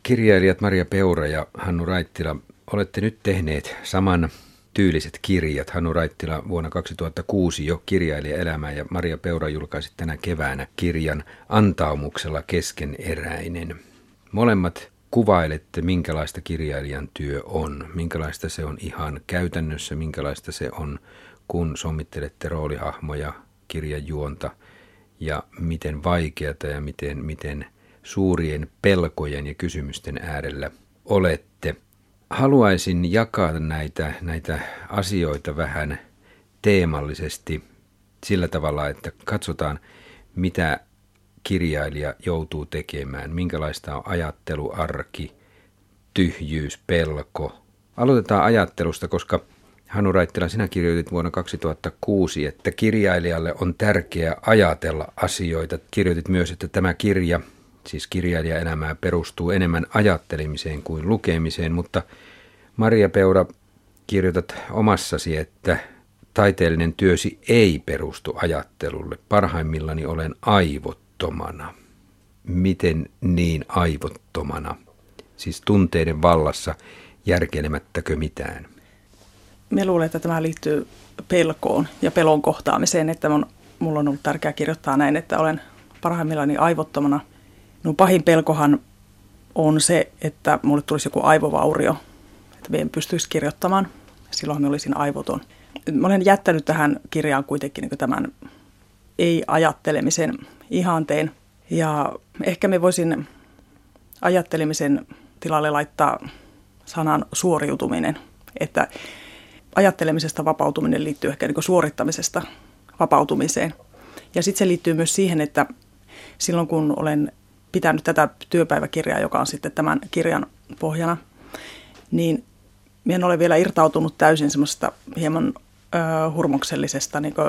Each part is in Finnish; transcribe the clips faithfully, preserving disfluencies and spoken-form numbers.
Kirjailijat Maria Peura ja Hannu Raittila, olette nyt tehneet saman tyyliset kirjat. Hannu Raittila vuonna kaksituhattakuusi jo Kirjailijaelämää ja Maria Peura julkaisi tänä keväänä kirjan Antaumuksella keskeneräinen. Molemmat kuvailette, minkälaista kirjailijan työ on, minkälaista se on ihan käytännössä, minkälaista se on, kun sommittelette roolihahmoja, kirjan juonta ja miten vaikeata ja miten, miten suurien pelkojen ja kysymysten äärellä olette. Haluaisin jakaa näitä, näitä asioita vähän teemallisesti sillä tavalla, että katsotaan, mitä kirjailija joutuu tekemään, minkälaista on ajatteluarki, tyhjyys, pelko. Aloitetaan ajattelusta, koska Hannu Raittila, sinä kirjoitit vuonna kaksituhattakuusi, että kirjailijalle on tärkeää ajatella asioita. Kirjoitit myös, että tämä kirja, siis Kirjailijaelämää, perustuu enemmän ajattelemiseen kuin lukemiseen, mutta Maria Peura, kirjoitat omassasi, että taiteellinen työsi ei perustu ajattelulle. Parhaimmillani olen aivottomana. Miten niin aivottomana? Siis tunteiden vallassa, järkelemättäkö mitään? Me luulen, että tämä liittyy pelkoon ja pelon kohtaamiseen, että mun, mulla on ollut tärkeää kirjoittaa näin, että olen parhaimmillani aivottomana. No, pahin pelkohan on se, että mulle tulisi joku aivovaurio, että me en pystyisi kirjoittamaan. Silloin me olisin aivoton. Mä olen jättänyt tähän kirjaan kuitenkin niin tämän ei-ajattelemisen ihanteen. Ja ehkä me voisin ajattelemisen tilalle laittaa sanan suoriutuminen. Että ajattelemisesta vapautuminen liittyy ehkä niin suorittamisesta vapautumiseen. Ja sitten se liittyy myös siihen, että silloin kun olen pitänyt tätä työpäiväkirjaa, joka on sitten tämän kirjan pohjana, niin minä en ole vielä irtautunut täysin semmoisesta hieman ö, hurmoksellisesta niin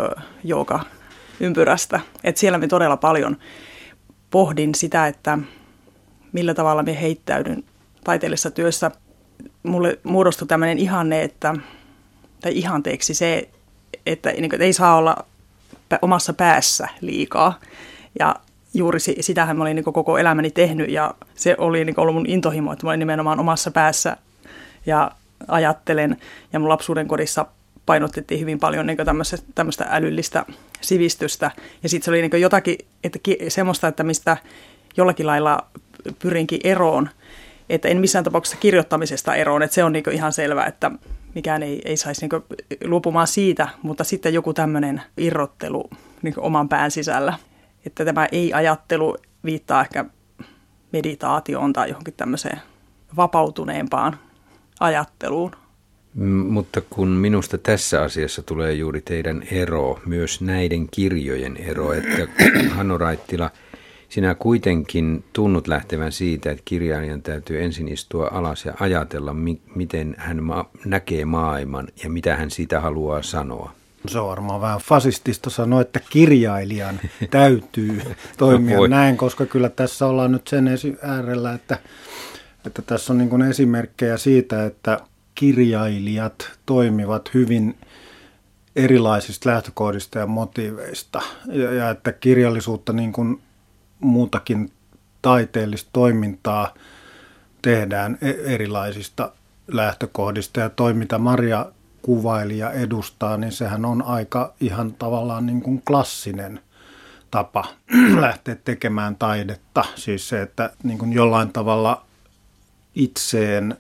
jooga-ympyrästä. Et siellä me todella paljon pohdin sitä, että millä tavalla minä heittäydyn taiteellisessa työssä. Mulle muodostui tämmöinen ihanne, että, tai ihanteeksi se, että, niin kuin, että ei saa olla omassa päässä liikaa. Ja juuri sitähän mä olin niin koko elämäni tehnyt ja se oli niin ollut mun intohimo, että mä olin nimenomaan omassa päässä ja ajattelen. Ja mun lapsuuden kodissa painotettiin hyvin paljon niin tämmöistä älyllistä sivistystä. Ja sitten se oli niin jotakin että semmoista, että mistä jollakin lailla pyrinkin eroon. Että en missään tapauksessa kirjoittamisesta eroon, että se on niin ihan selvä, että mikään ei, ei saisi niin luopumaan siitä, mutta sitten joku tämmöinen irrottelu niin oman pään sisällä. Että tämä ei-ajattelu viittaa ehkä meditaatioon tai johonkin tämmöiseen vapautuneempaan ajatteluun. M- mutta kun minusta tässä asiassa tulee juuri teidän ero, myös näiden kirjojen ero, että Hannu Raittila, sinä kuitenkin tunnut lähtevän siitä, että kirjailijan täytyy ensin istua alas ja ajatella, mi- miten hän ma- näkee maailman ja mitä hän siitä haluaa sanoa. Se on varmaan vähän fasistista sanoa, että kirjailijan täytyy toimia no näin, koska kyllä tässä ollaan nyt sen äärellä, että, että tässä on niin kuin esimerkkejä siitä, että kirjailijat toimivat hyvin erilaisista lähtökohdista ja motiiveista ja, ja että kirjallisuutta niin kuin muutakin taiteellista toimintaa tehdään erilaisista lähtökohdista ja toi, mitä Maria kuvaili ja edustaa, niin sehän on aika ihan tavallaan niin kuin klassinen tapa lähteä tekemään taidetta. Siis se, että niin kuin jollain tavalla itseen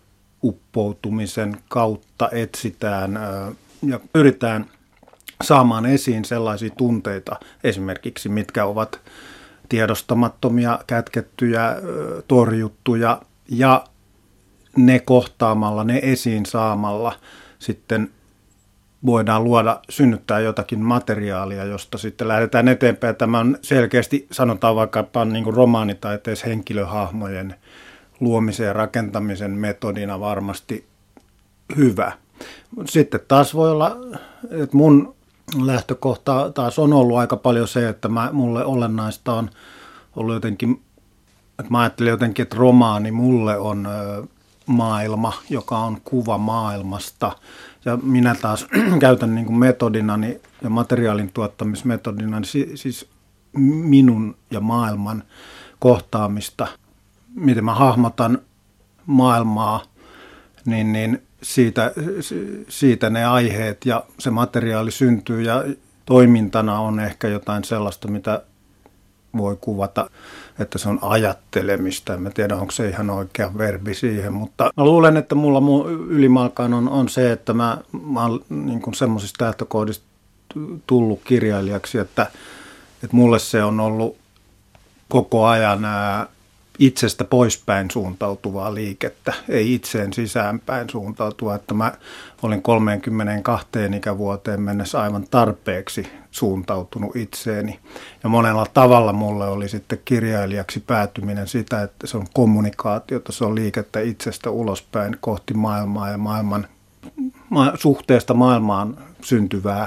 uppoutumisen kautta etsitään ja pyritään saamaan esiin sellaisia tunteita esimerkiksi, mitkä ovat tiedostamattomia, kätkettyjä, torjuttuja ja ne kohtaamalla, ne esiin saamalla sitten voidaan luoda, synnyttää jotakin materiaalia, josta sitten lähdetään eteenpäin. Tämä on selkeästi, sanotaan vaikka niin kuin romaanitaiteessa henkilöhahmojen luomisen ja rakentamisen metodina varmasti hyvä. Sitten taas voi olla, että mun lähtökohta taas on ollut aika paljon se, että mä, mulle olennaista on ollut jotenkin, että mä ajattelin jotenkin, että romaani mulle on ö, maailma, joka on kuva maailmasta. Ja minä taas käytän niin kuin metodinani ja materiaalin tuottamismetodinani siis minun ja maailman kohtaamista. miten mä hahmotan maailmaa, niin, niin siitä, siitä ne aiheet ja se materiaali syntyy ja toimintana on ehkä jotain sellaista, mitä voi kuvata, että se on ajattelemista. En tiedä, onko se ihan oikea verbi siihen, mutta mä luulen, että mulla ylimalkaan on, on se, että mä, mä oon niin kuin semmoisista lähtökohdista tullut kirjailijaksi, että, että mulle se on ollut koko ajan ää, itsestä poispäin suuntautuvaa liikettä, ei itseen sisäänpäin suuntautuvaa, että mä olin kolmeenkymmeneenkahteen ikävuoteen mennessä aivan tarpeeksi suuntautunut itseeni. Ja monella tavalla mulle oli sitten kirjailijaksi päätyminen sitä, että se on kommunikaatiota, se on liikettä itsestä ulospäin kohti maailmaa ja maailman, ma- suhteesta maailmaan syntyvää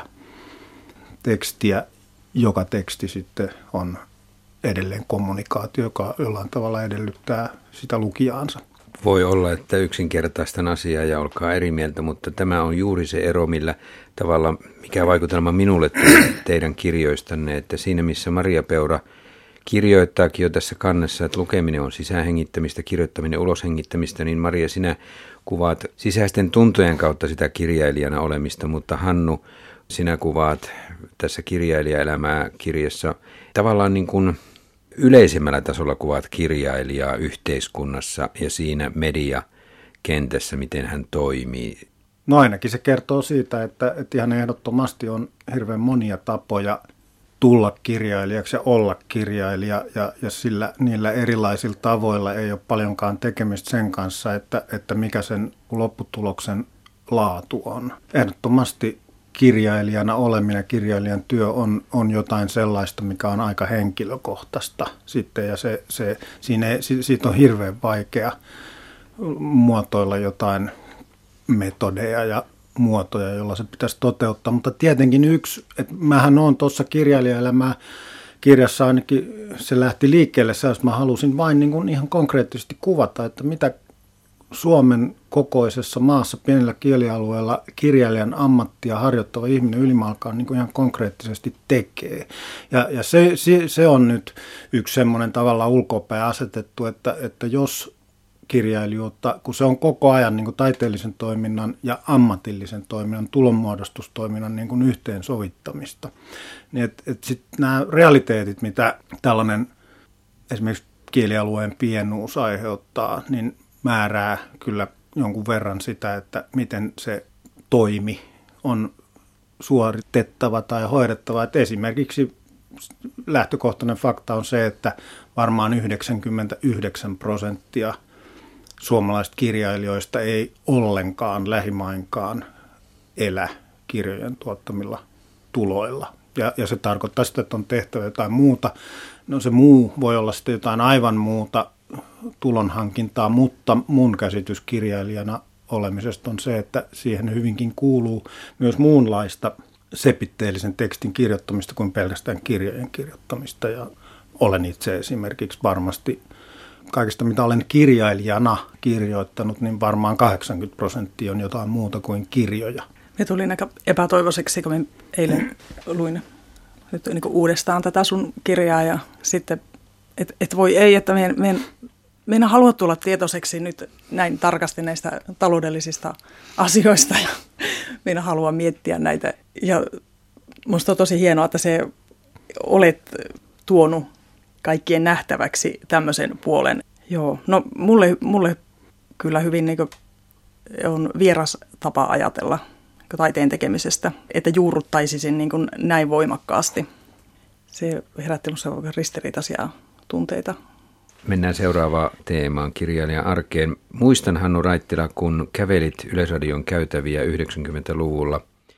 tekstiä, joka teksti sitten on edelleen kommunikaatio, joka jollain tavalla edellyttää sitä lukijaansa. Voi olla, että yksinkertaistan asiaa ja olkaa eri mieltä, mutta tämä on juuri se ero, millä tavalla, mikä vaikutelma minulle tuli teidän kirjoistanne, että siinä missä Maria Peura kirjoittaakin jo tässä kannessa, että lukeminen on sisähengittämistä, kirjoittaminen uloshengittämistä, niin Maria, sinä kuvaat sisäisten tuntojen kautta sitä kirjailijana olemista, mutta Hannu, sinä kuvaat tässä kirjailijaelämää kirjassa tavallaan niin kuin yleisemmällä tasolla kuvaat kirjailijaa yhteiskunnassa ja siinä mediakentässä, miten hän toimii. No ainakin se kertoo siitä, että, että ihan ehdottomasti on hirveän monia tapoja tulla kirjailijaksi ja olla kirjailija ja, ja sillä, niillä erilaisilla tavoilla ei ole paljonkaan tekemistä sen kanssa, että, että mikä sen lopputuloksen laatu on. Ehdottomasti kirjailijana oleminen, kirjailijan työ on, on jotain sellaista, mikä on aika henkilökohtaista sitten, ja se, se, siinä, siitä on hirveän vaikea muotoilla jotain metodeja ja muotoja, joilla se pitäisi toteuttaa, mutta tietenkin yksi, että mähän olen tuossa kirjailijaelämää kirjassa ainakin, se lähti liikkeelle sellaista, mä halusin vain niin kuin ihan konkreettisesti kuvata, että mitä Suomen kokoisessa maassa, pienellä kielialueella kirjailijan ammattia harjoittava ihminen ylimalkaan niin kuin ihan konkreettisesti tekee. Ja, ja se, se, se on nyt yksi semmoinen tavalla ulkopäin asetettu, että, että jos kirjailijuutta, kun se on koko ajan niin kuin taiteellisen toiminnan ja ammatillisen toiminnan, tulonmuodostustoiminnan niin kuin yhteensovittamista, niin että et sitten nämä realiteetit, mitä tällainen esimerkiksi kielialueen pienuus aiheuttaa, niin määrää kyllä jonkun verran sitä, että miten se toimi on suoritettava tai hoidettava. Että esimerkiksi lähtökohtainen fakta on se, että varmaan yhdeksänkymmentäyhdeksän prosenttia suomalaisista kirjailijoista ei ollenkaan lähimainkaan elä kirjojen tuottamilla tuloilla. Ja, ja se tarkoittaa sitä, että on tehtävä jotain muuta. No se muu voi olla sitten jotain aivan muuta tulonhankintaa, mutta mun käsitys kirjailijana olemisesta on se, että siihen hyvinkin kuuluu myös muunlaista sepitteellisen tekstin kirjoittamista kuin pelkästään kirjojen kirjoittamista. Ja olen itse esimerkiksi varmasti kaikista, mitä olen kirjailijana kirjoittanut, niin varmaan kahdeksankymmentä prosenttia on jotain muuta kuin kirjoja. Me tulin aika epätoivoiseksi, kun me eilen luin nyt niin kuin uudestaan tätä sun kirjaa ja sitten, että et voi ei, että meidän, meidän Me en halua tulla tietoiseksi nyt näin tarkasti näistä taloudellisista asioista ja me en halua miettiä näitä. Ja musta on tosi hienoa, että se olet tuonut kaikkien nähtäväksi tämmöisen puolen. Joo, no mulle, mulle kyllä hyvin niin kuin on vieras tapa ajatella taiteen tekemisestä, että juurruttaisisin niin kuin näin voimakkaasti. Se herätti minusta ristiriitaisia tunteita. Mennään seuraavaan teemaan, kirjailijan arkeen. Muistan, Hannu Raittila, kun kävelit Yleisradion käytäviä yhdeksänkymmentäluvulla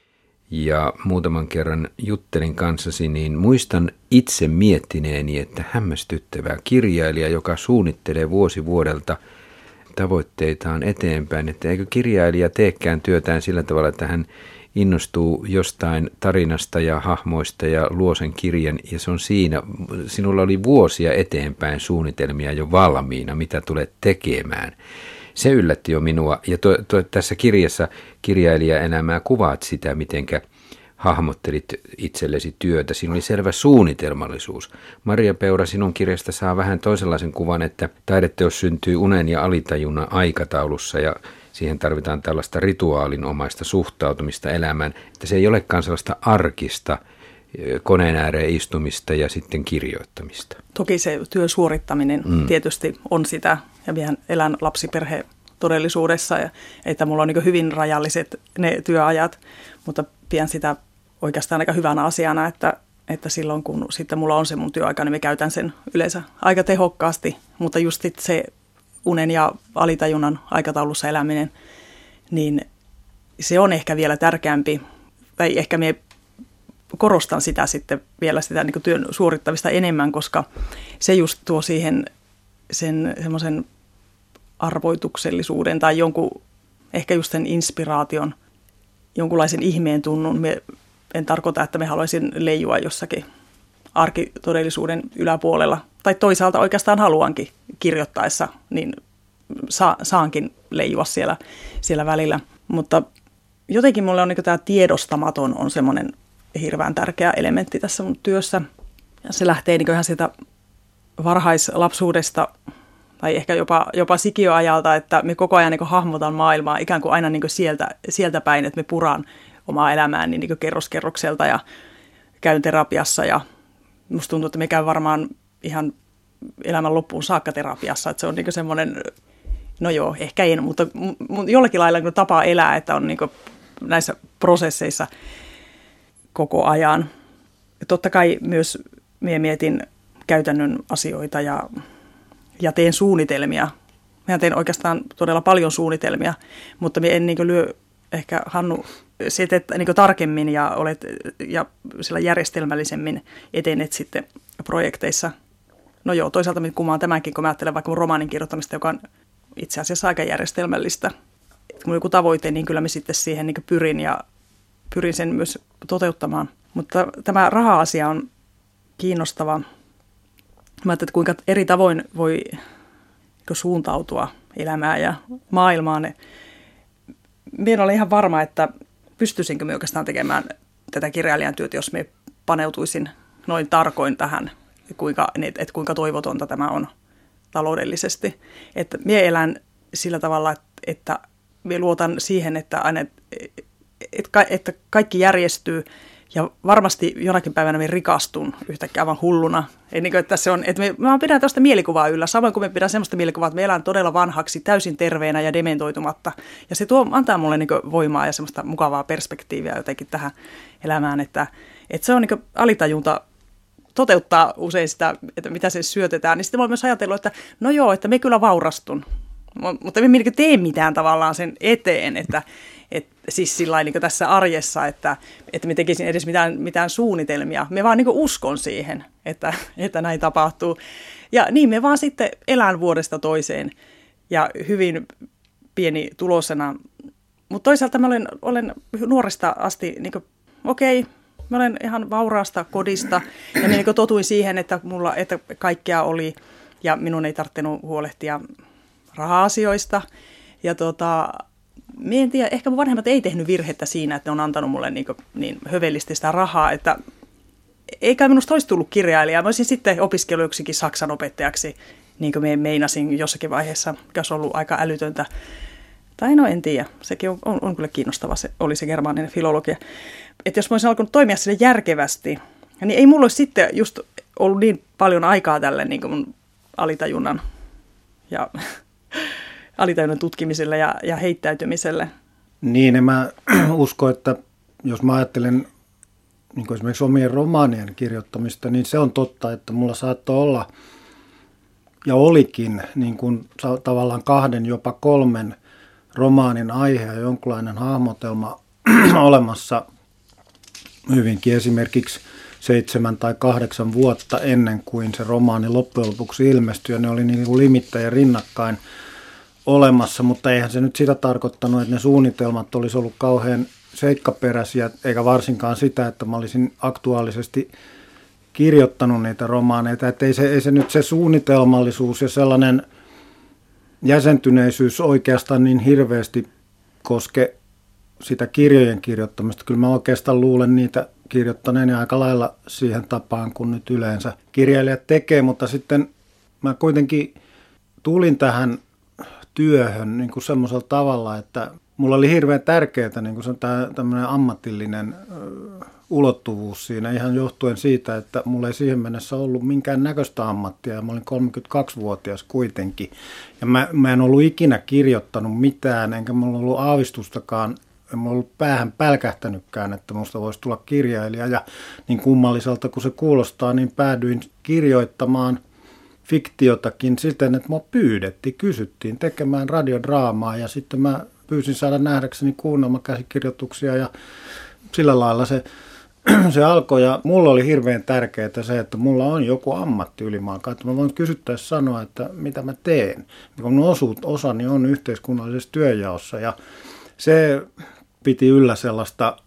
ja muutaman kerran juttelin kanssasi, niin muistan itse miettineeni, että hämmästyttävää kirjailija, joka suunnittelee vuosi vuodelta tavoitteitaan eteenpäin, että eikö kirjailija teekään työtään sillä tavalla, että hän innostuu jostain tarinasta ja hahmoista ja luo sen kirjan ja se on siinä. Sinulla oli vuosia eteenpäin suunnitelmia jo valmiina, mitä tulet tekemään. Se yllätti jo minua ja to, to, tässä kirjassa kirjailijaelämää kuvaat sitä, mitenkä hahmottelit itsellesi työtä. Siinä oli selvä suunnitelmallisuus. Maria Peura, sinun kirjasta saa vähän toisenlaisen kuvan, että taideteos syntyy unen ja alitajunnan aikataulussa ja siihen tarvitaan tällaista rituaalinomaista suhtautumista elämään, että se ei olekaan sellaista arkista koneen ääreen istumista ja sitten kirjoittamista. Toki se työn suorittaminen mm. tietysti on sitä, ja minä elän lapsiperhe todellisuudessa, ja että mulla on niin hyvin rajalliset ne työajat, mutta pidän sitä oikeastaan aika hyvänä asiana, että, että silloin kun sitten mulla on se mun työaika, niin mä käytän sen yleensä aika tehokkaasti, mutta just se unen ja alitajunnan aikataulussa eläminen, niin se on ehkä vielä tärkeämpi, tai ehkä me korostan sitä sitten vielä sitä niin kuin työn suorittamista enemmän, koska se just tuo siihen sen semmoisen arvoituksellisuuden tai jonkun, ehkä just sen inspiraation, jonkunlaisen ihmeen tunnun. Me, en tarkoita, että me haluaisin leijua jossakin arkitodellisuuden yläpuolella, tai toisaalta oikeastaan haluankin kirjoittaessa, niin sa, saankin leijua siellä, siellä välillä. Mutta jotenkin mulle on niin tämä tiedostamaton on semmoinen hirveän tärkeä elementti tässä mun työssä. Ja se lähtee niin ihan sieltä varhaislapsuudesta tai ehkä jopa, jopa sikiöajalta, että me koko ajan niin hahmotan maailmaa ikään kuin aina niin sieltä, sieltä päin, että me puraan omaa elämää niin niin kerroskerrokselta ja käyn terapiassa. Ja musta tuntuu, että me käyn varmaan ihan elämän loppuun saakka terapiassa, että se on niin semmoinen, no joo, ehkä en, mutta jollakin lailla niin tapa elää, että on niin näissä prosesseissa koko ajan. Ja totta kai myös minä mietin käytännön asioita ja, ja teen suunnitelmia. Minä teen oikeastaan todella paljon suunnitelmia, mutta minä en niin lyö ehkä Hannu sitten niin tarkemmin ja olet ja sillä järjestelmällisemmin etenet sitten projekteissa. No joo, toisaalta minä kumaan tämänkin, kun mä ajattelen vaikka mun romaanin kirjoittamista, joka on itse asiassa aika järjestelmällistä. Et kun on joku tavoite, niin kyllä mä sitten siihen niin pyrin ja pyrin sen myös toteuttamaan. Mutta tämä raha-asia on kiinnostava. Mä ajattelin, että kuinka eri tavoin voi suuntautua elämään ja maailmaan. Minä olen ihan varma, että pystyisinkö me oikeastaan tekemään tätä kirjailijan työtä, jos me paneutuisin noin tarkoin tähän, kuinka, että kuinka toivotonta tämä on taloudellisesti. Että minä elän sillä tavalla, että minä luotan siihen, että aina että kaikki järjestyy ja varmasti jonakin päivänä me rikastun yhtäkkiä aivan hulluna. Ei niin kuin, että se on, että me, me pidän tästä mielikuvaa yllä, samoin kuin me pidän sellaista mielikuvaa, että me elän todella vanhaksi, täysin terveenä ja dementoitumatta. Ja se tuo, antaa mulle niin kuin voimaa ja semmoista mukavaa perspektiiviä jotenkin tähän elämään, että, että se on niin kuin alitajunta toteuttaa usein sitä, että mitä se syötetään. Niin sitten mä oon myös ajatellut, että no joo, että me kyllä vaurastun, mutta me ei tee mitään tavallaan sen eteen, että Et, siis sillä niin tässä arjessa, että, että me tekisin edes mitään, mitään suunnitelmia. Me vaan niin uskon siihen, että, että näin tapahtuu. Ja niin me vaan sitten elän vuodesta toiseen ja hyvin pieni tulosena. Mutta toisaalta mä olen, olen nuoresta asti, niin kuin, okei, mä olen ihan vauraasta kodista ja mä niin totuin siihen, että mulla että kaikkea oli ja minun ei tarvinnut huolehtia raha-asioista. Ja tota... Mie en tiedä, ehkä mun vanhemmat ei tehnyt virhettä siinä, että ne on antanut mulle niin, niin hövelisti sitä rahaa, että eikä minusta olisi tullut kirjailijaa. Mä olisin sitten opiskellut joksikin saksan opettajaksi, niin kuin me meinasin jossakin vaiheessa, mikä olisi ollut aika älytöntä. Tai no en tiedä, sekin on, on, on kyllä kiinnostava, se oli se germaaninen filologia. Että jos mä olisin alkanut toimia sille järkevästi, niin ei mulla olisi sitten just ollut niin paljon aikaa tälle niin kuin mun alitajunnan ja... alitajunnan tutkimiselle ja, ja heittäytymiselle. Niin, mä uskon, että jos mä ajattelen niin kuin esimerkiksi omien romaanien kirjoittamista, niin se on totta, että mulla saattoi olla ja olikin niin kuin tavallaan kahden, jopa kolmen romaanin aihe ja jonkinlainen hahmotelma olemassa hyvinkin esimerkiksi seitsemän tai kahdeksan vuotta ennen kuin se romaani loppujen lopuksi ilmestyi ja ne oli niin kuin limittäin rinnakkain olemassa, mutta eihän se nyt sitä tarkoittanut, että ne suunnitelmat olisi ollut kauhean seikkaperäisiä, eikä varsinkaan sitä, että mä olisin aktuaalisesti kirjoittanut niitä romaaneita. Että ei se, ei se nyt se suunnitelmallisuus ja sellainen jäsentyneisyys oikeastaan niin hirveästi koske sitä kirjojen kirjoittamista. Kyllä mä oikeastaan luulen niitä kirjoittaneeni aika lailla siihen tapaan, kun nyt yleensä kirjailijat tekee, mutta sitten mä kuitenkin tulin tähän työhön niin kuin semmoisella tavalla, että mulla oli hirveän tärkeää niin kuin se tämmöinen ammatillinen ö, ulottuvuus siinä ihan johtuen siitä, että mulla ei siihen mennessä ollut minkään näköistä ammattia ja mä olin kolmekymmentäkaksivuotias kuitenkin. Ja mä, mä en ollut ikinä kirjoittanut mitään, enkä mulla ollut aavistustakaan, en mulla ollut päähän pälkähtänytkään, että musta voisi tulla kirjailija. Ja niin kummalliselta kuin se kuulostaa, niin päädyin kirjoittamaan fiktiotakin siten, että mua pyydettiin, kysyttiin tekemään radiodraamaa ja sitten mä pyysin saada nähdäkseni kuunnelmakäsikirjoituksia ja sillä lailla se, se alkoi. Ja mulla oli hirveän tärkeää se, että mulla on joku ammatti ylimalkaan, että mä voin kysyttäessä sanoa, että mitä mä teen. Mun osuut, osani on yhteiskunnallisessa työnjaossa ja se piti yllä sellaista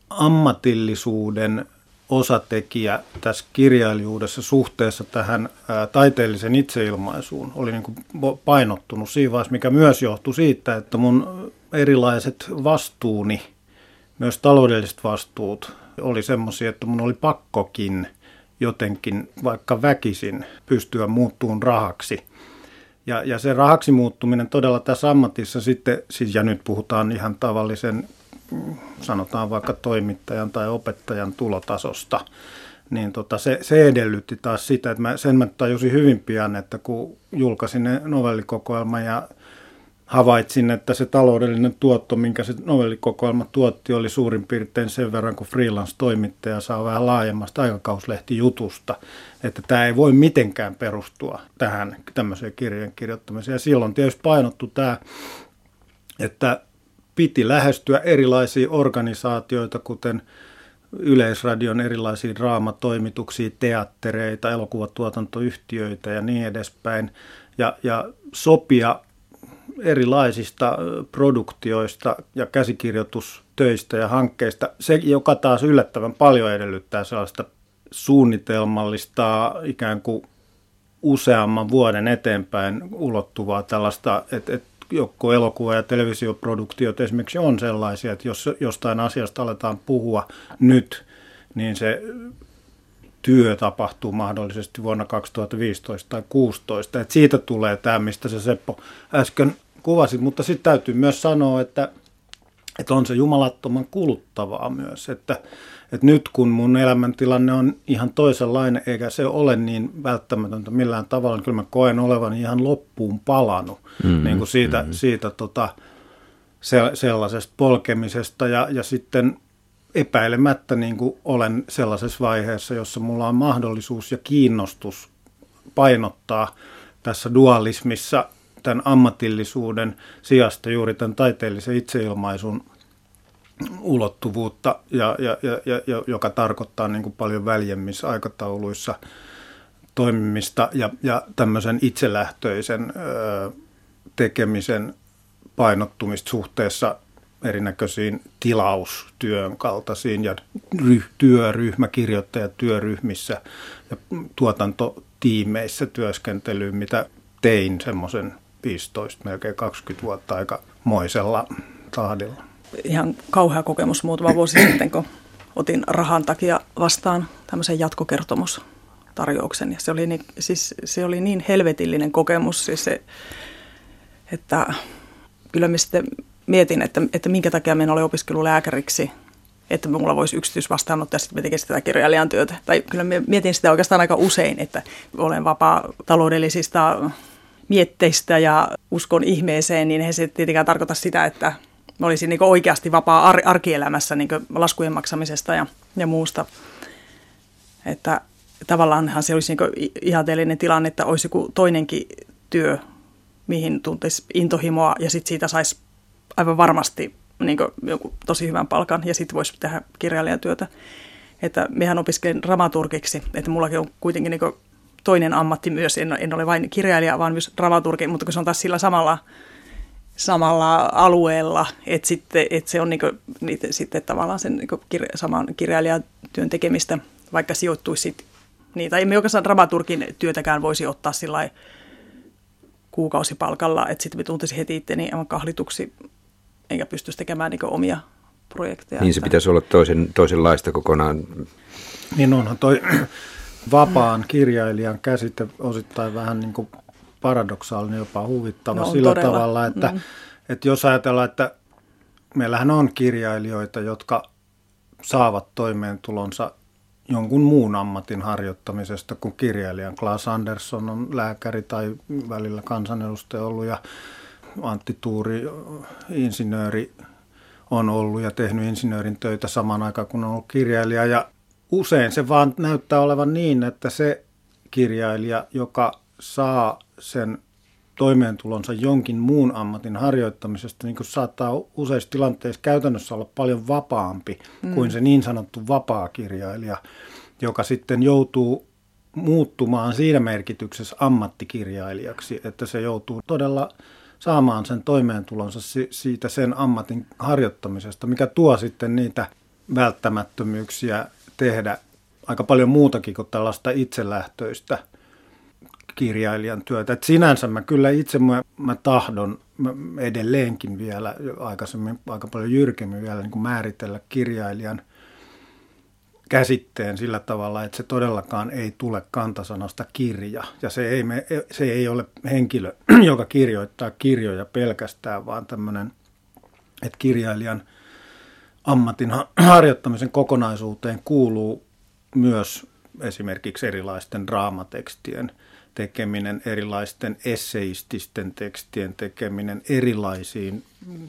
ammatillisuuden osatekijä tässä kirjailijuudessa suhteessa tähän ää, taiteellisen itseilmaisuun oli niin kuin painottunut siinä vaiheessa, mikä myös johtui siitä, että mun erilaiset vastuuni, myös taloudelliset vastuut, oli semmoisia, että mun oli pakkokin jotenkin vaikka väkisin pystyä muuttumaan rahaksi. Ja, ja se rahaksi muuttuminen todella tässä ammatissa sitten, siis ja nyt puhutaan ihan tavallisen, sanotaan vaikka toimittajan tai opettajan tulotasosta, niin tota se, se edellytti taas sitä, että mä, sen mä tajusin hyvin pian, että kun julkaisin ne novellikokoelman ja havaitsin, että se taloudellinen tuotto, minkä se novellikokoelma tuotti, oli suurin piirtein sen verran, kun freelance-toimittaja saa vähän laajemmasta aikakauslehtijuttusta, että tämä ei voi mitenkään perustua tähän tämmöiseen kirjan kirjoittamiseen. Ja silloin tietysti painottu tämä, että piti lähestyä erilaisia organisaatioita, kuten Yleisradion erilaisia draamatoimituksia, teattereita, elokuvatuotantoyhtiöitä ja niin edespäin, ja, ja sopia erilaisista produktioista ja käsikirjoitustöistä ja hankkeista, se, joka taas yllättävän paljon edellyttää sellaista suunnitelmallista ikään kuin useamman vuoden eteenpäin ulottuvaa tällaista, että et joku elokuva- ja televisioproduktiot esimerkiksi on sellaisia, että jos jostain asiasta aletaan puhua nyt, niin se työ tapahtuu mahdollisesti vuonna kaksituhattaviisitoista tai kuusitoista. Että siitä tulee tämä, mistä se Seppo äsken kuvasit, mutta sitten täytyy myös sanoa, että, että on se jumalattoman kuluttavaa myös, että, että nyt kun mun elämäntilanne on ihan toisenlainen, eikä se ole niin välttämätöntä millään tavalla, niin kyllä mä koen olevan ihan loppuun palannut mm-hmm. niin kuin siitä, mm-hmm. siitä tota, se, sellaisesta polkemisesta ja, ja sitten epäilemättä niin kuin olen sellaisessa vaiheessa, jossa mulla on mahdollisuus ja kiinnostus painottaa tässä dualismissa tämän ammatillisuuden sijasta juuri tämän taiteellisen itseilmaisun ulottuvuutta, ja, ja, ja, ja, joka tarkoittaa niin kuin paljon väljemmissä aikatauluissa toimimista ja, ja tämmöisen itselähtöisen ö, tekemisen painottumista suhteessa erinäköisiin tilaustyön kaltaisiin ja ry- työryhmäkirjoittajatyöryhmissä ja tuotantotiimeissä työskentelyyn, mitä tein semmoisen viisitoista, melkein kaksikymmentä vuotta aika moisella tahdilla. Ihan kauhea kokemus muutama vuosi sitten, kun otin rahan takia vastaan tämmöisen jatkokertomustarjouksen. Ja se oli niin, siis se oli niin helvetillinen kokemus, siis se, että kyllä mä sitten mietin, että, että minkä takia minä olen opiskellut lääkäriksi, että minulla voisi yksityisvastaanottaa ja sitten mä tekisin tätä kirjailijan työtä. Tai kyllä mietin sitä oikeastaan aika usein, että olen vapaa taloudellisista mietteistä ja uskon ihmeeseen, niin he se tietenkään tarkoita sitä, että mä olisin niin oikeasti vapaa ar- arkielämässä niin laskujen maksamisesta ja, ja muusta. Että tavallaanhan se olisi niin ihanteellinen tilanne, että olisi joku toinenkin työ, mihin tuntisi intohimoa ja sitten siitä saisi aivan varmasti niin joku tosi hyvän palkan ja sitten voisi tehdä kirjailijan työtä. Että mehän opiskelin dramaturgiksi, että mullakin on kuitenkin niin toinen ammatti myös, en, en ole vain kirjailija, vaan myös dramaturgi, mutta kun se on taas sillä samalla, samalla alueella, että, sitten, että se on niin kuin, niitä, sitten tavallaan sen niin kirja, saman kirjailijatyön tekemistä, vaikka sijoittuisi niin, tai emme oikeastaan dramaturgin työtäkään voisi ottaa sillä kuukausipalkalla, että sitten me tuntisin heti itteni kahlituksi, enkä pystyisi tekemään niin omia, projekteja. Niin se että... pitäisi olla toisen, toisenlaista kokonaan. Niin onhan toi vapaan kirjailijan käsite osittain vähän niin kuin paradoksaalinen, jopa huvittava no, sillä todella. tavalla, että, mm. että jos ajatellaan, että meillähän on kirjailijoita, jotka saavat toimeentulonsa jonkun muun ammatin harjoittamisesta kuin kirjailijan. Claes Andersson on lääkäri tai välillä kansanedustaja ollut ja Antti Tuuri, insinööri, on ollut ja tehnyt insinöörin töitä samaan aikaan kun on ollut kirjailija. Ja usein se vaan näyttää olevan niin, että se kirjailija, joka saa sen toimeentulonsa jonkin muun ammatin harjoittamisesta, niin kuin saattaa useissa tilanteissa käytännössä olla paljon vapaampi mm. kuin se niin sanottu vapaa kirjailija, joka sitten joutuu muuttumaan siinä merkityksessä ammattikirjailijaksi, että se joutuu todella saamaan sen toimeentulonsa siitä sen ammatin harjoittamisesta, mikä tuo sitten niitä välttämättömyyksiä tehdä aika paljon muutakin kuin tällaista itselähtöistä kirjailijan työtä. Et sinänsä mä kyllä itse mä, mä tahdon mä edelleenkin vielä aikaisemmin aika paljon jyrkemmin vielä niin kuin määritellä kirjailijan käsitteen sillä tavalla, että se todellakaan ei tule kantasanasta kirja. Ja se ei, me, se ei ole henkilö, joka kirjoittaa kirjoja pelkästään, vaan tämmöinen, että kirjailijan ammatin harjoittamisen kokonaisuuteen kuuluu myös esimerkiksi erilaisten draamatekstien tekeminen, erilaisten esseististen tekstien tekeminen, erilaisiin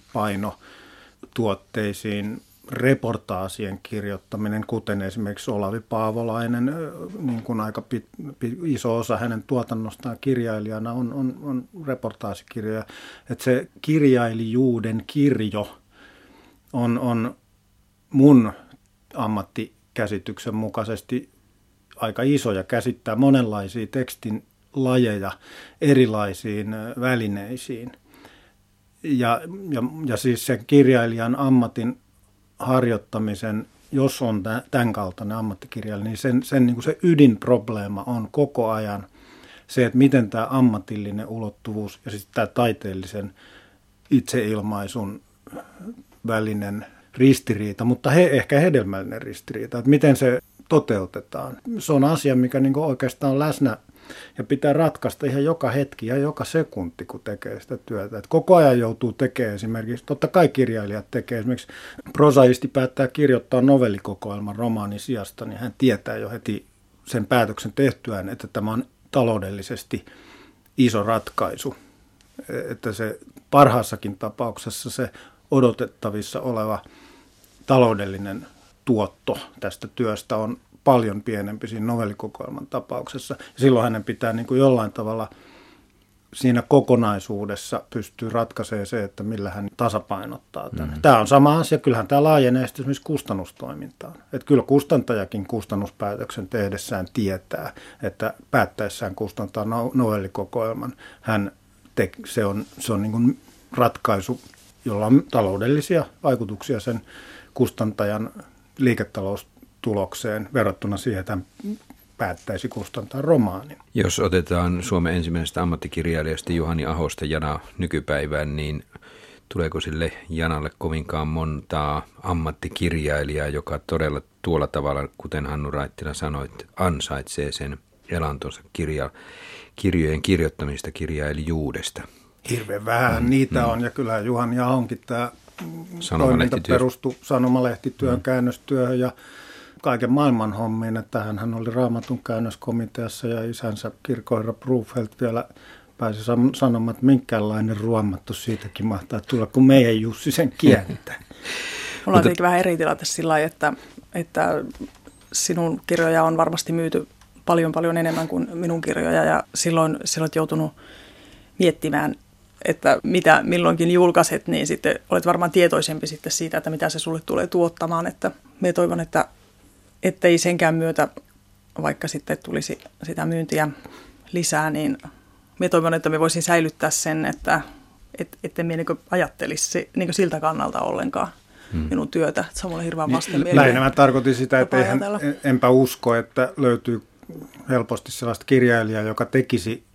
painotuotteisiin, reportaasien kirjoittaminen, kuten esimerkiksi Olavi Paavolainen, niin kuin aika pit, pit, iso osa hänen tuotannostaan kirjailijana on, on, on reportaasikirjoja. Että se kirjailijuuden kirjo on, on mun ammattikäsityksen mukaisesti aika iso ja käsittää monenlaisia tekstin lajeja erilaisiin välineisiin. Ja, ja, ja siis sen kirjailijan ammatin harjoittamisen, jos on tämän kaltainen ammattikirjailija, niin sen, sen niin kuin se ydinprobleema on koko ajan se, että miten tämä ammatillinen ulottuvuus ja sitten tämä taiteellisen itseilmaisun välinen ristiriita, mutta he, ehkä hedelmällinen ristiriita, että miten se toteutetaan. Se on asia, mikä niin kuin oikeastaan on läsnä ja pitää ratkaista ihan joka hetki ja joka sekunti, kun tekee sitä työtä. Et koko ajan joutuu tekemään esimerkiksi, totta kai kirjailijat tekee, esimerkiksi prosaisti päättää kirjoittaa novellikokoelman romaanin sijasta, niin hän tietää jo heti sen päätöksen tehtyään, että tämä on taloudellisesti iso ratkaisu. Että se parhaassakin tapauksessa se odotettavissa oleva taloudellinen tuotto tästä työstä on paljon pienempi siinä novellikokoelman tapauksessa. Ja silloin hänen pitää niin kuin jollain tavalla siinä kokonaisuudessa pystyä ratkaisemaan se, että millä hän tasapainottaa tämän. Mm-hmm. Tämä on sama asia. Kyllähän tämä laajenee esimerkiksi kustannustoimintaan. Että kyllä kustantajakin kustannuspäätöksen tehdessään tietää, että päättäessään kustantaa novellikokoelman, hän te, se on, se on niin kuin ratkaisu, jolla on taloudellisia vaikutuksia sen kustantajan liiketaloustulokseen verrattuna siihen, että hän päättäisi kustantaa romaanin. Jos otetaan Suomen ensimmäisestä ammattikirjailijasta Juhani Ahosta Jana nykypäivään, niin tuleeko sille Janalle kovinkaan montaa ammattikirjailijaa, joka todella tuolla tavalla, kuten Hannu Raittila sanoi, ansaitsee sen elantonsa kirja, kirjojen kirjoittamista kirjailijuudesta? Hirveän vähän mm, niitä mm. on, ja kyllä Juhani Ahonkin tämä toiminta perustui sanomalehtityön, mm. käännöstyöhön ja kaiken maailman hommiin, että hän oli Raamatun käännöskomiteassa ja isänsä kirkkoherra Brufelt vielä pääsi sanomaan, että minkäänlainen ruomattu siitäkin mahtaa tulla, kun meidän Jussi sen kiertää. Mulla on tietenkin vähän eri tilanne sillä lailla, että, että sinun kirjoja on varmasti myyty paljon paljon enemmän kuin minun kirjoja ja silloin, silloin olet joutunut miettimään, että mitä milloinkin julkaiset, niin sitten olet varmaan tietoisempi sitten siitä, että mitä se sulle tulee tuottamaan. Että me toivon, että ettei senkään myötä, vaikka sitten tulisi sitä myyntiä lisää, niin me toivon, että me voisin säilyttää sen, että et, etten minä niin ajattelisi niin siltä kannalta ollenkaan hmm. minun työtä. Se on mulle hirveän vastenmielinen. Lähinnä mä tarkoitin sitä, että eihän, enpä usko, että löytyy helposti sellaista kirjailijaa, joka tekisi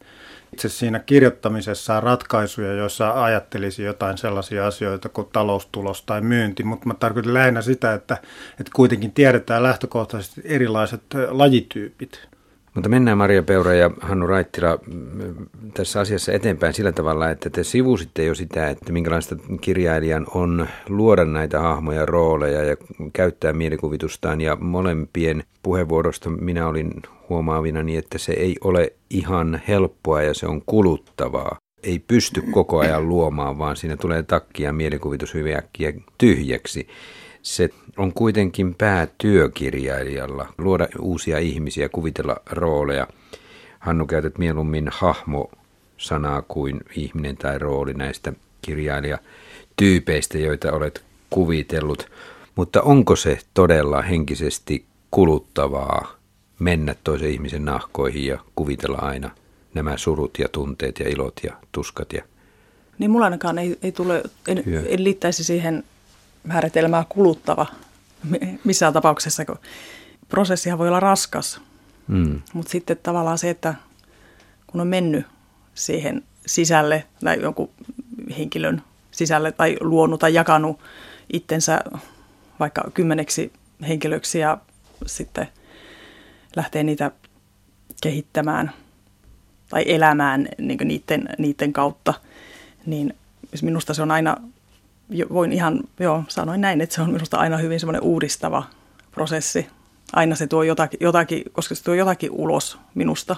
itse siinä kirjoittamisessaan ratkaisuja, joissa ajattelisi jotain sellaisia asioita kuin taloustulos tai myynti, mutta mä tarkoitan lähinnä sitä, että, että kuitenkin tiedetään lähtökohtaisesti erilaiset lajityypit. Mutta mennään Maria Peura ja Hannu Raittila tässä asiassa eteenpäin sillä tavalla, että te sivusitte jo sitä, että minkälaista kirjailijan on luoda näitä hahmoja, rooleja ja käyttää mielikuvitustaan. Ja molempien puheenvuorosta minä olin huomaavinani, että se ei ole ihan helppoa ja se on kuluttavaa. Ei pysty koko ajan luomaan, vaan siinä tulee takki ja mielikuvitus hyvin äkkiä tyhjäksi. Se on kuitenkin päätyökirjailijalla luoda uusia ihmisiä, kuvitella rooleja. Hannu, käytät mieluummin hahmo-sanaa kuin ihminen tai rooli näistä kirjailijatyypeistä, joita olet kuvitellut. Mutta onko se todella henkisesti kuluttavaa mennä toisen ihmisen nahkoihin ja kuvitella aina nämä surut ja tunteet ja ilot ja tuskat? Ja niin mulla ainakaan ei, ei tule, en, en liittäisi siihen määritelmää kuluttava missään tapauksessa, kun prosessihan voi olla raskas. Mm. Mutta sitten tavallaan se, että kun on mennyt siihen sisälle tai jonkun henkilön sisälle tai luonut tai jakanut itsensä vaikka kymmeneksi henkilöksi ja sitten lähtee niitä kehittämään tai elämään niin niiden, niiden kautta, niin minusta se on aina, voin ihan, joo, sanoin näin, että se on minusta aina hyvin semmoinen uudistava prosessi. Aina se tuo jotakin, jotakin, koska se tuo jotakin ulos minusta.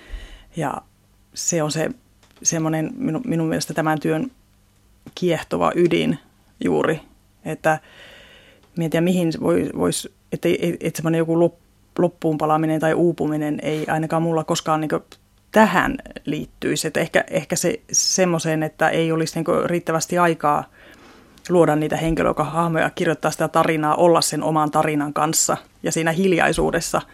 Ja se on se semmoinen minun, minun mielestä tämän työn kiehtova ydin juuri, että mietin mihin voisi, vois, että, että semmoinen joku loppuun palaaminen tai uupuminen ei ainakaan mulla koskaan niin kuin tähän liittyisi. Että ehkä, ehkä se semmoiseen, että ei olisi niin kuin riittävästi aikaa luoda niitä henkilöhahmoja, kirjoittaa sitä tarinaa, olla sen oman tarinan kanssa ja siinä hiljaisuudessa.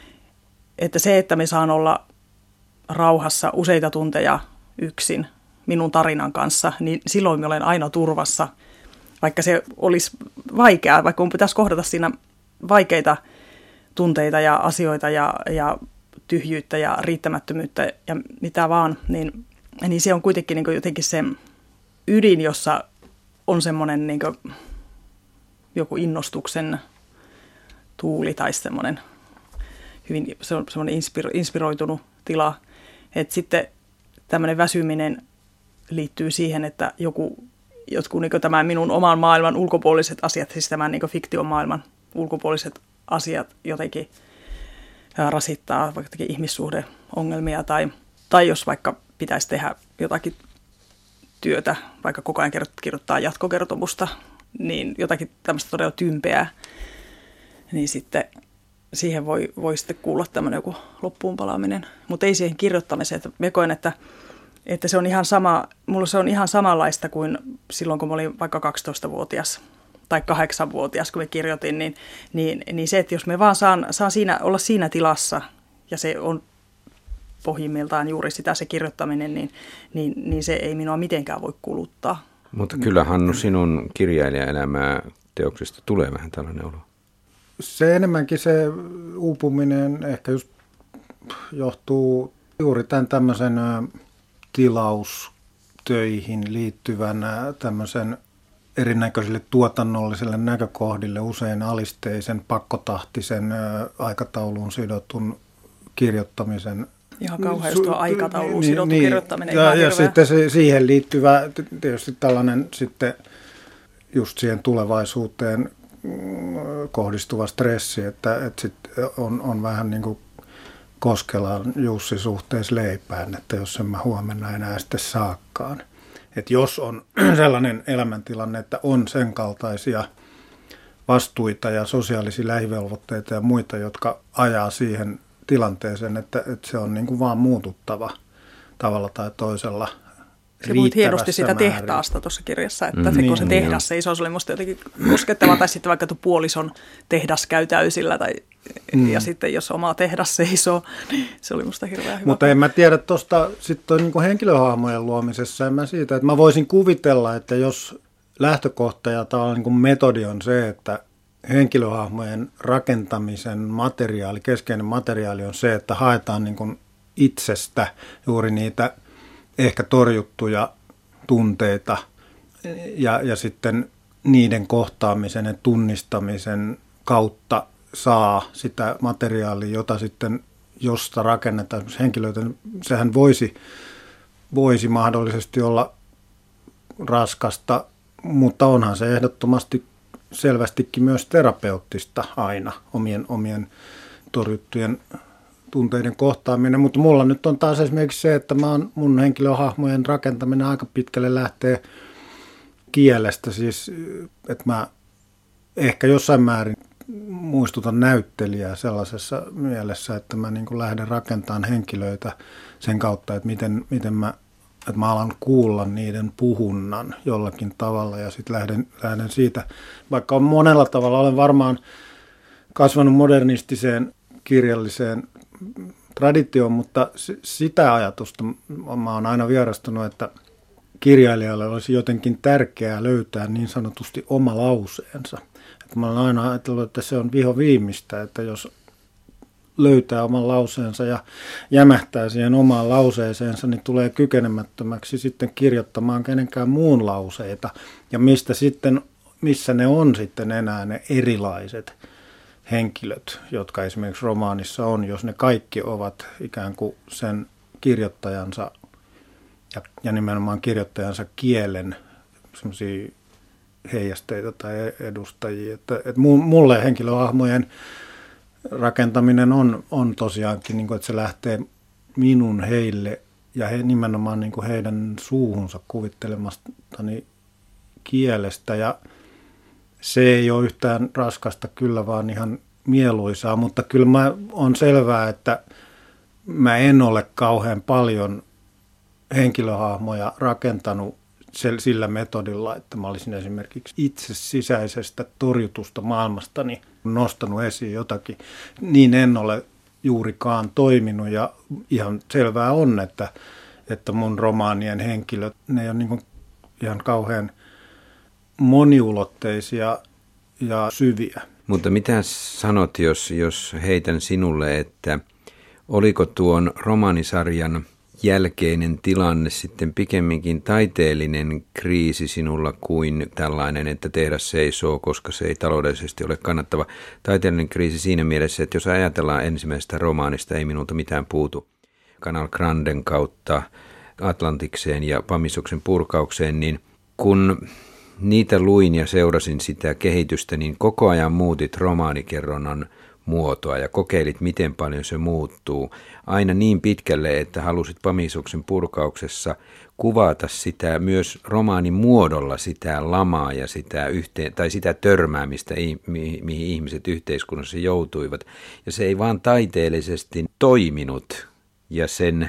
Että se, että me saan olla rauhassa useita tunteja yksin minun tarinan kanssa, niin silloin me olen aina turvassa. Vaikka se olisi vaikeaa, vaikka mun pitäisi kohdata siinä vaikeita tunteita ja asioita ja, ja tyhjyyttä ja riittämättömyyttä ja mitä vaan, niin, niin se on kuitenkin niin kuin jotenkin se ydin, jossa on semmoinen niin kuin joku innostuksen tuuli tai semmoinen hyvin se on semmoinen inspiro, inspiroitunut tila. Että sitten tämmöinen väsyminen liittyy siihen, että joku, jotkut niin kuin tämän minun oman maailman ulkopuoliset asiat, siis tämän niin kuin fiktion maailman ulkopuoliset asiat jotenkin rasittaa vaikka ihmissuhdeongelmia tai, tai jos vaikka pitäisi tehdä jotakin työtä, vaikka koko ajan kirjoittaa jatkokertomusta, niin jotakin tämmöistä todella tympeää, niin sitten siihen voi, voi sitten kuulla tämmöinen joku loppuun palaaminen. Mutta ei siihen kirjoittamiseen. Mä koen, että, että se on ihan sama, mulla se on ihan samanlaista kuin silloin, kun mä olin vaikka kaksitoistavuotias tai kahdeksanvuotias, kun mä kirjoitin, niin, niin, niin se, että jos me vaan saan, saan siinä, olla siinä tilassa, ja se on pohjimmiltaan juuri sitä se kirjoittaminen, niin, niin, niin se ei minua mitenkään voi kuluttaa. Mutta kyllä Hannu, sinun kirjailijaelämää teoksista tulee vähän tällainen olo. Se enemmänkin se uupuminen ehkä just johtuu juuri tämän tämmöisen tilaustöihin liittyvän tämmöisen erinäköisille tuotannollisille näkökohdille usein alisteisen, pakkotahtisen, aikatauluun sidotun kirjoittamisen. Ihan kauhean, jos tuo aikatauluun niin, sidottu niin, kirjoittaminen. Ja, ja sitten se, siihen liittyvä tietysti tällainen sitten just siihen tulevaisuuteen kohdistuva stressi, että, että sit on, on vähän niin kuin Koskelan Jussi suhteessa leipään, että jos en mä huomenna enää sitten saakkaan. Että jos on sellainen elämäntilanne, että on sen kaltaisia vastuita ja sosiaalisia lähivelvoitteita ja muita, jotka ajaa siihen tilanteeseen, että, että se on niin kuin vaan muututtava tavalla tai toisella. Se puhuit hienosti sitä määrin tehtaasta tuossa kirjassa, että mm, se, kun se tehdas niin seisoo, se oli musta jotenkin koskettava, tai sitten vaikka tuo puolison tehdas käy täysillä, tai, mm. ja sitten jos oma tehdas seisoo, niin se oli musta hirveän hyvä. Mutta en mä tiedä tuosta sitten niin henkilöhahmojen luomisessa, en mä siitä, että mä voisin kuvitella, että jos lähtökohta ja tavallaan niin metodi on se, että henkilöhahmojen rakentamisen materiaali, keskeinen materiaali on se, että haetaan niin kuin itsestä juuri niitä ehkä torjuttuja tunteita ja, ja sitten niiden kohtaamisen ja tunnistamisen kautta saa sitä materiaalia, jota sitten josta rakennetaan henkilöitä. Sehän voisi, voisi mahdollisesti olla raskasta, mutta onhan se ehdottomasti selvästikin myös terapeuttista aina omien, omien torjuttujen tunteiden kohtaaminen. Mutta mulla nyt on taas esimerkiksi se, että mä oon, mun henkilöhahmojen rakentaminen aika pitkälle lähtee kielestä. Siis, että mä ehkä jossain määrin muistutan näyttelijää sellaisessa mielessä, että mä niin kuin lähden rakentamaan henkilöitä sen kautta, että miten, miten mä, että mä alan kuulla niiden puhunnan jollakin tavalla ja sitten lähden, lähden siitä, vaikka on monella tavalla, olen varmaan kasvanut modernistiseen kirjalliseen traditioon, mutta sitä ajatusta mä oon aina vierastunut, että kirjailijalle olisi jotenkin tärkeää löytää niin sanotusti oma lauseensa. Että mä olen aina ajatellut, että se on viho viimeistä, että jos löytää oman lauseensa ja jämähtää siihen omaan lauseeseensa, niin tulee kykenemättömäksi sitten kirjoittamaan kenenkään muun lauseita. Ja mistä sitten, missä ne on sitten enää ne erilaiset henkilöt, jotka esimerkiksi romaanissa on, jos ne kaikki ovat ikään kuin sen kirjoittajansa ja, ja nimenomaan kirjoittajansa kielen semmoisia heijasteita tai edustajia. Että, että mulle henkilöhahmojen rakentaminen on, on tosiaankin, niin kuin, että se lähtee minun heille ja he, nimenomaan niin kuin heidän suuhunsa kuvittelemastani kielestä. Ja se ei ole yhtään raskasta kyllä, vaan ihan mieluisaa, mutta kyllä mä on selvää, että mä en ole kauhean paljon henkilöhahmoja rakentanut sillä metodilla, että mä olisin esimerkiksi itse sisäisestä torjutusta maailmastani nostanut esiin jotakin. Niin en ole juurikaan toiminut ja ihan selvää on, että, että mun romaanien henkilöt, ne ei ole niin kuin ihan kauhean moniulotteisia ja syviä. Mutta mitä sanot, jos, jos heitän sinulle, että oliko tuon romaanisarjan jälkeinen tilanne sitten pikemminkin taiteellinen kriisi sinulla kuin tällainen, että tehdas seisoo, koska se ei taloudellisesti ole kannattava. Taiteellinen kriisi siinä mielessä, että jos ajatellaan ensimmäisestä romaanista, ei minulta mitään puutu, Canal Granden kautta Atlantikseen ja Pamisoksen purkaukseen, niin kun niitä luin ja seurasin sitä kehitystä, niin koko ajan muutit romaanikerronnan muotoa ja kokeilit, miten paljon se muuttuu. Aina niin pitkälle, että halusit Pamisoksen purkauksessa kuvata sitä myös romaanin muodolla, sitä lamaa ja sitä, yhteen, tai sitä törmäämistä, mihin ihmiset yhteiskunnassa joutuivat. Ja se ei vaan taiteellisesti toiminut ja sen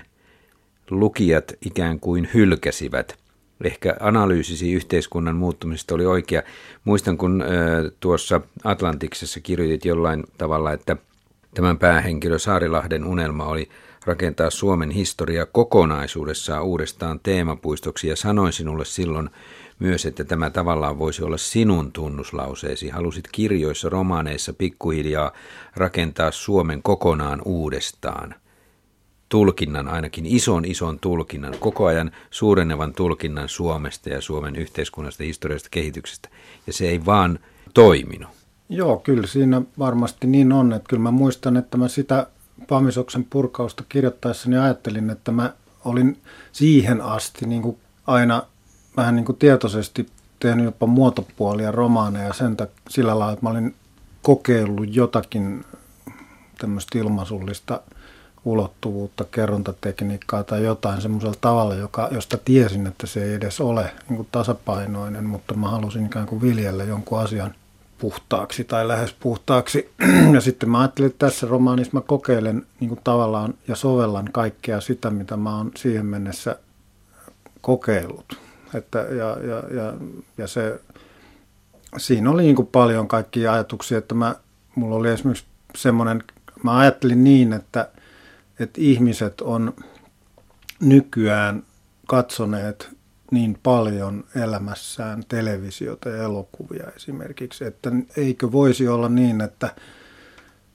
lukijat ikään kuin hylkäsivät. Ehkä analyysisi yhteiskunnan muuttumisesta oli oikea. Muistan, kun ö, tuossa Atlantiksessa kirjoitit jollain tavalla, että tämän päähenkilö Saarilahden unelma oli rakentaa Suomen historia kokonaisuudessaan uudestaan teemapuistoksi. Ja sanoin sinulle silloin myös, että tämä tavallaan voisi olla sinun tunnuslauseesi. Halusit kirjoissa, romaaneissa pikkuhiljaa rakentaa Suomen kokonaan uudestaan. Tulkinnan, ainakin ison ison tulkinnan, koko ajan suurenevan tulkinnan Suomesta ja Suomen yhteiskunnasta, historiasta, kehityksestä. Ja se ei vaan toiminut. Joo, kyllä siinä varmasti niin on. Että kyllä mä muistan, että mä sitä Pamisoksen purkausta kirjoittaessani ajattelin, että mä olin siihen asti niin kuin aina vähän niin kuin tietoisesti tehnyt jopa muotopuolia romaaneja sen tak- sillä lailla, että mä olin kokeillut jotakin tämmöistä ilmaisullista ulottuvuutta, kerrontatekniikkaa tai jotain semmoisella tavalla, joka, josta tiesin, että se ei edes ole niin kuin tasapainoinen, mutta mä halusin ikään kuin viljellä jonkun asian puhtaaksi tai lähes puhtaaksi. Ja sitten mä ajattelin, että tässä romaanissa mä kokeilen niin kuin tavallaan ja sovellan kaikkea sitä, mitä mä oon siihen mennessä kokeillut. Että, ja, ja, ja, ja se, siinä oli niin kuin paljon kaikkia ajatuksia, että mä, mulla oli esimerkiksi semmoinen, mä ajattelin niin, että että ihmiset on nykyään katsoneet niin paljon elämässään televisiota ja elokuvia esimerkiksi, että eikö voisi olla niin, että,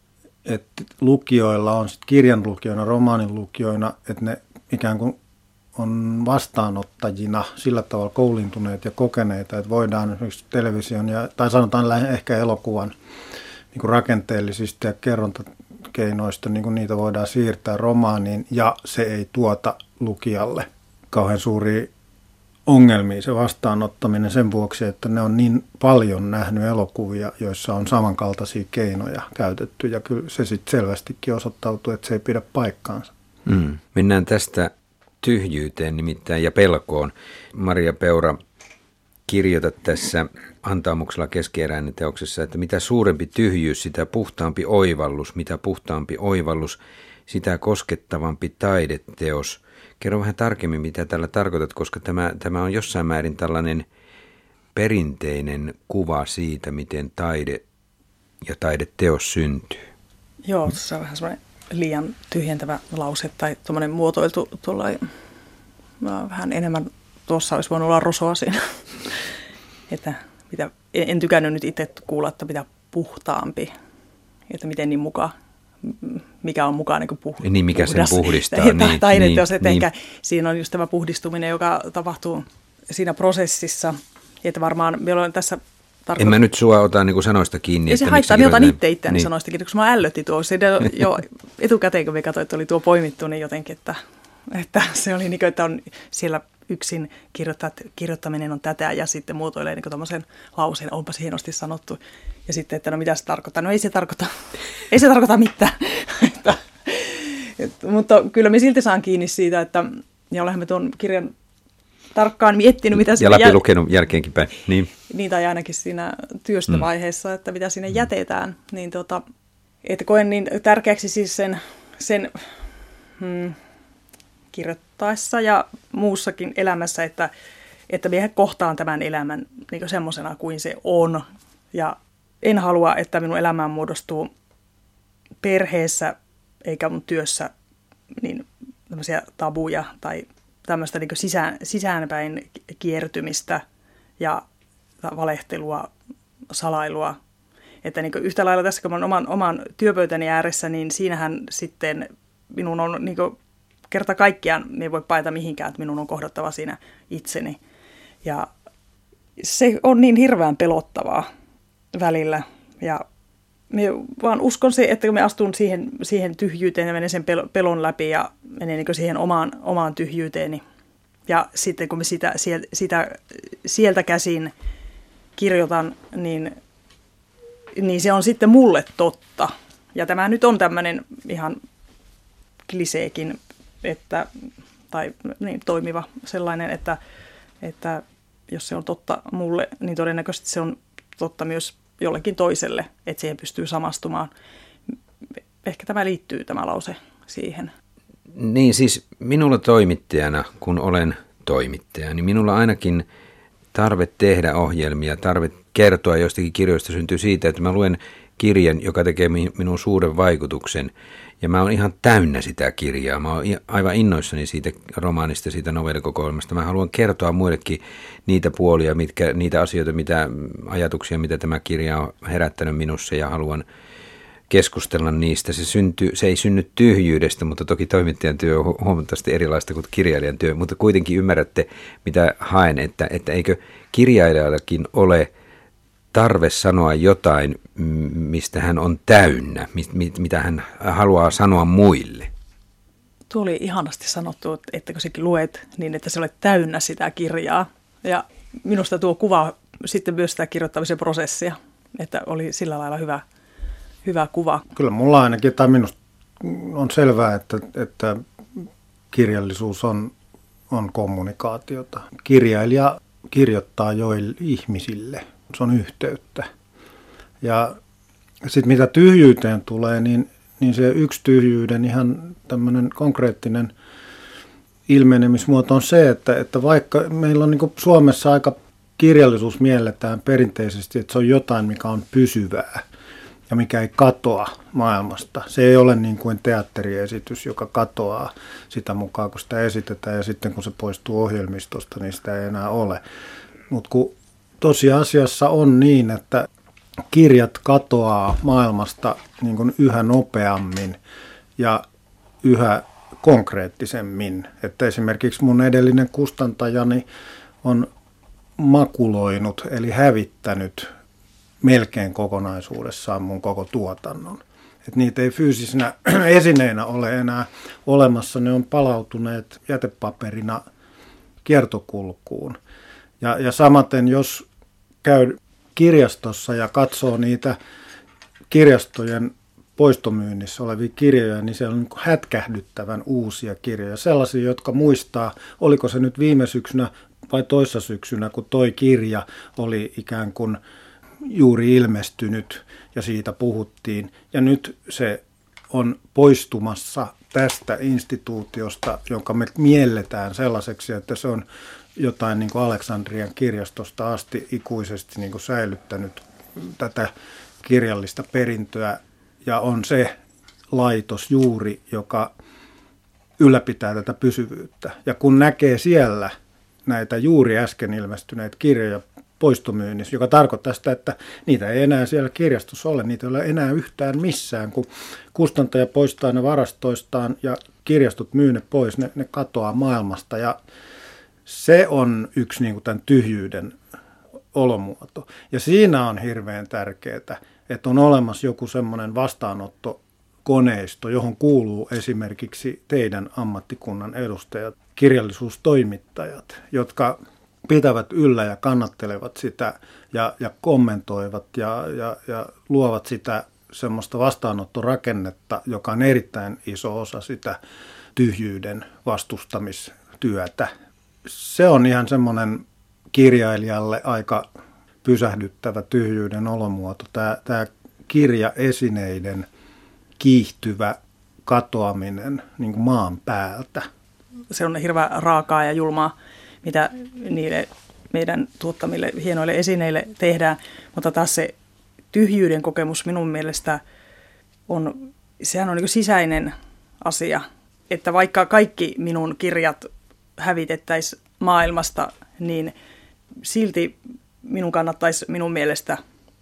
että lukijoilla on sitten kirjanlukijoina, romaaninlukijoina, että ne ikään kuin on vastaanottajina sillä tavalla koulintuneet ja kokeneita, että voidaan esimerkiksi television ja, tai sanotaan ehkä elokuvan niin kuin rakenteellisista ja kerrontakeinoista, niin kuin niitä voidaan siirtää romaaniin ja se ei tuota lukijalle kauhean suuria ongelmia se vastaanottaminen sen vuoksi, että ne on niin paljon nähnyt elokuvia, joissa on samankaltaisia keinoja käytetty ja kyllä se sitten selvästikin osoittautuu, että se ei pidä paikkaansa. Mm. Mennään tästä tyhjyyteen nimittäin ja pelkoon. Maria Peura, kirjoitat tässä Antaamuksella keskeeräinen teoksessa, että mitä suurempi tyhjyys, sitä puhtaampi oivallus, mitä puhtaampi oivallus, sitä koskettavampi taideteos. Kerro vähän tarkemmin, mitä tällä tarkoitat, koska tämä, tämä on jossain määrin tällainen perinteinen kuva siitä, miten taide ja taideteos syntyy. Joo, se on vähän semmoinen liian tyhjentävä lause tai tuommoinen muotoiltu tuollain, vähän enemmän tuossa olisi voinut olla rosoa siinä. Että mitä, en, en tykännyt nyt itse kuulla, että mitä puhtaampi, että miten niin mukaan. Mikä on mukaan niin puh- niin, mikä puhdas. sen puhdistaa. niin, taideteos, niin, että niin. ehkä siinä on just tämä puhdistuminen, joka tapahtuu siinä prosessissa. Että varmaan meillä on tässä tarkoittaa. En mä nyt sua ota niin kuin sanoista kiinni. Ei se haittaa, minä otan itse itseäni niin. sanoista kiinni, koska mä ällötti tuo. Jo etukäteen, kun me katsoin, että oli tuo poimittu, niin jotenkin, että, että se oli niin kuin, että on siellä yksin kirjoittaminen on tätä ja sitten muotoilee niin tuommoisen lauseen, onpas hienosti sanottu. Ja sitten, että no mitä se tarkoittaa? No ei se tarkoita, ei se tarkoita mitään. että, et, mutta kyllä me silti saan kiinni siitä, että ja olenhan me tuon kirjan tarkkaan miettinyt, mitä siinä... Ja läpi jä... lukenut jälkeenkin päin. Niin. niin, tai ainakin siinä työstövaiheessa, mm. että mitä sinne mm. jätetään. Niin tota, että koen niin tärkeäksi siis sen, sen hmm, kirjoittaessa ja muussakin elämässä, että, että minä kohtaan tämän elämän niin semmoisena kuin se on. Ja en halua, että minun elämään muodostuu perheessä eikä mun työssä niin tämmöisiä tabuja tai tämmöistä niin sisään, sisäänpäin kiertymistä ja valehtelua, salailua. Että niin yhtä lailla tässä, kun mä olen oman, oman työpöytäni ääressä, niin siinähän sitten minun on niin kerta kaikkiaan, me ei voi paeta mihinkään, että minun on kohdattava siinä itseni. Ja se on niin hirveän pelottavaa välillä. Ja me vaan uskon se, että kun me astun siihen, siihen tyhjyyteen ja menen sen pelon läpi ja menen niin siihen omaan, omaan tyhjyyteeni. Ja sitten kun me sitä, sitä, sieltä käsin kirjoitan, niin, niin se on sitten mulle totta. Ja tämä nyt on tämmöinen ihan kliseekin, että, tai niin, toimiva sellainen, että, että jos se on totta mulle, niin todennäköisesti se on totta myös jollekin toiselle, että siihen pystyy samastumaan. Ehkä tämä liittyy tämä lause siihen. Niin siis minulla toimittajana, kun olen toimittaja, niin minulla ainakin tarve tehdä ohjelmia, tarve kertoa jostakin kirjoista syntyy siitä, että mä luen kirjan, joka tekee minun suuren vaikutuksen. Ja mä oon ihan täynnä sitä kirjaa. Mä oon aivan innoissani siitä romaanista, siitä novellikokoelmasta. Mä haluan kertoa muillekin niitä puolia, mitkä, niitä asioita, mitä ajatuksia, mitä tämä kirja on herättänyt minussa ja haluan keskustella niistä. Se, syntyy, se ei synny tyhjyydestä, mutta toki toimittajan työ on huomattavasti erilaista kuin kirjailijan työ. Mutta kuitenkin ymmärrätte, mitä haen, että, että eikö kirjailijallakin ole tarve sanoa jotain, mistä hän on täynnä, mitä hän haluaa sanoa muille. Tuo oli ihanasti sanottu, että kun säkin luet, niin että sä olet täynnä sitä kirjaa. Ja minusta tuo kuva sitten myös sitä kirjoittamisen prosessia, että oli sillä lailla hyvä, hyvä kuva. Kyllä mulla ainakin, tai minusta on selvää, että, että kirjallisuus on, on kommunikaatiota. Kirjailija kirjoittaa joille ihmisille. Se on yhteyttä. Ja sitten mitä tyhjyyteen tulee, niin, niin se yksi tyhjyyden ihan tämmöinen konkreettinen ilmenemismuoto on se, että, että vaikka meillä on niin kuin Suomessa aika kirjallisuus mielletään perinteisesti, että se on jotain, mikä on pysyvää ja mikä ei katoa maailmasta. Se ei ole niin kuin teatteriesitys, joka katoaa sitä mukaan, kun sitä esitetään ja sitten kun se poistuu ohjelmistosta, niin sitä ei enää ole. Mutta kun tosiasiassa on niin, että kirjat katoaa maailmasta niin kuin yhä nopeammin ja yhä konkreettisemmin. Että esimerkiksi mun edellinen kustantajani on makuloinut, eli hävittänyt melkein kokonaisuudessaan mun koko tuotannon. Että niitä ei fyysisinä esineinä ole enää olemassa, ne on palautuneet jätepaperina kiertokulkuun. Ja, ja samaten, jos käy kirjastossa ja katsoo niitä kirjastojen poistomyynnissä olevia kirjoja, niin siellä on niin kuin hätkähdyttävän uusia kirjoja. Sellaisia, jotka muistaa, oliko se nyt viime syksynä vai toissa syksynä, kun toi kirja oli ikään kuin juuri ilmestynyt ja siitä puhuttiin. Ja nyt se on poistumassa tästä instituutiosta, jonka me mielletään sellaiseksi, että se on jotain niin kuin Aleksandrian kirjastosta asti ikuisesti niin kuin säilyttänyt tätä kirjallista perintöä ja on se laitos juuri, joka ylläpitää tätä pysyvyyttä. Ja kun näkee siellä näitä juuri äsken ilmestyneitä kirjoja poistomyynnissä, joka tarkoittaa sitä, että niitä ei enää siellä kirjastossa ole, niitä ei ole enää yhtään missään, kun kustantaja poistaa ne varastoistaan ja kirjastot myy ne pois, ne, ne katoaa maailmasta ja se on yksi niin kuin tämän tyhjyyden olomuoto. Ja siinä on hirveän tärkeää, että on olemassa joku semmoinen vastaanottokoneisto, johon kuuluu esimerkiksi teidän ammattikunnan edustajat, kirjallisuustoimittajat, jotka pitävät yllä ja kannattelevat sitä ja, ja kommentoivat ja, ja, ja luovat sitä semmoista vastaanottorakennetta, joka on erittäin iso osa sitä tyhjyyden vastustamistyötä. Se on ihan semmoinen kirjailijalle aika pysähdyttävä tyhjyyden olomuoto. Tämä, tämä kirjaesineiden kiihtyvä katoaminen niin kuin maan päältä. Se on hirveän raakaa ja julmaa, mitä niille meidän tuottamille hienoille esineille tehdään, mutta taas se tyhjyyden kokemus minun mielestä on, sehän on niin kuin sisäinen asia, että vaikka kaikki minun kirjat hävitettäisiin maailmasta, niin silti minun kannattaisi minun mielestä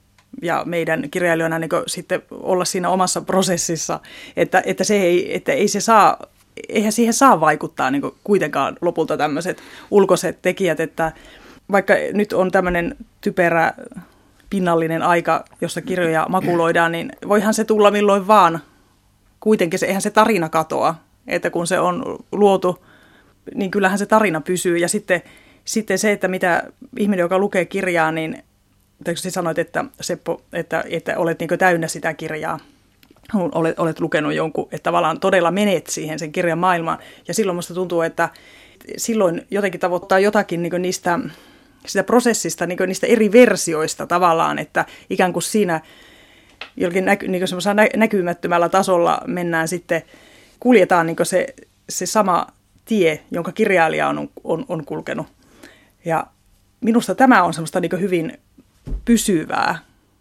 ja meidän kirjailijoina niin sitten olla siinä omassa prosessissa, että, että, se ei, että ei se saa, eihän siihen saa vaikuttaa niin kuitenkaan lopulta tämmöiset ulkoiset tekijät, että vaikka nyt on tämmöinen typerä pinnallinen aika, jossa kirjoja makuloidaan, niin voihan se tulla milloin vaan. Kuitenkin se, eihän se tarina katoa, että kun se on luotu, niin kyllähän se tarina pysyy. Ja sitten, sitten se, että mitä ihminen, joka lukee kirjaa, niin tietysti sanoit, että Seppo, että, että olet niin täynnä sitä kirjaa, olet, olet lukenut jonkun, että tavallaan todella menet siihen sen kirjan maailmaan. Ja silloin musta tuntuu, että silloin jotenkin tavoittaa jotakin niin niistä, sitä prosessista, niin niistä eri versioista tavallaan, että ikään kuin siinä jollakin näky, niin semmoisella näkymättömällä tasolla mennään sitten, kuljetaan niin se, se sama tie, jonka kirjailija on, on, on kulkenut. Ja minusta tämä on semmoista niin hyvin pysyvää.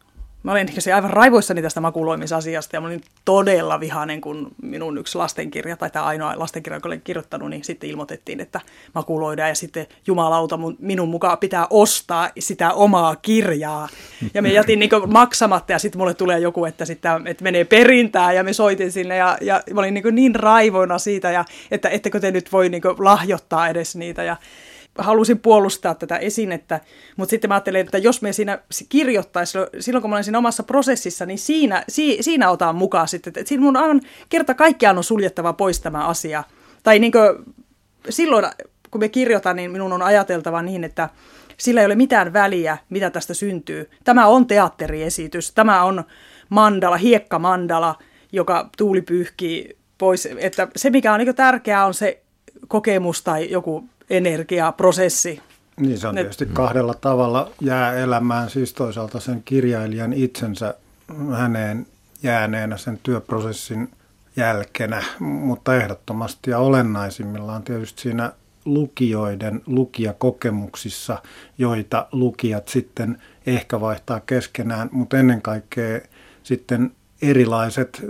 Mä olin ehkä se aivan raivoissani tästä makuloimisasiasta ja mä olin todella vihainen, kun minun yksi lastenkirja, tai tämä ainoa lastenkirja, joka olen kirjoittanut, niin sitten ilmoitettiin, että makuloidaan ja sitten jumalauta, minun mukaan pitää ostaa sitä omaa kirjaa. Ja me jätin niin maksamatta ja sitten mulle tulee joku, että, sitten, että menee perintään ja me soitin sinne ja, ja mä olin niin, niin raivoina siitä, ja, että ettekö te nyt voi niin lahjoittaa edes niitä ja halusin puolustaa tätä esinettä, mutta sitten mä ajattelin, että jos me siinä kirjoittaisiin, silloin kun mä olen siinä omassa prosessissa, niin siinä, si, siinä otan mukaan sitten, että siinä mun aivan kerta kaikkiaan on suljettava pois tämä asia. Tai niin kuin, silloin, kun me kirjoitan, niin minun on ajateltava niin, että sillä ei ole mitään väliä, mitä tästä syntyy. Tämä on teatteriesitys, tämä on mandala, hiekkamandala, joka tuuli pyyhkii pois. Että se, mikä on niin kuin tärkeää, on se kokemus tai joku energiaprosessi. Niin se on tietysti ne kahdella tavalla jää elämään, siis toisaalta sen kirjailijan itsensä häneen jääneenä sen työprosessin jälkenä, mutta ehdottomasti ja olennaisimmillaan tietysti siinä lukijoiden lukijakokemuksissa, joita lukijat sitten ehkä vaihtaa keskenään, mutta ennen kaikkea sitten erilaiset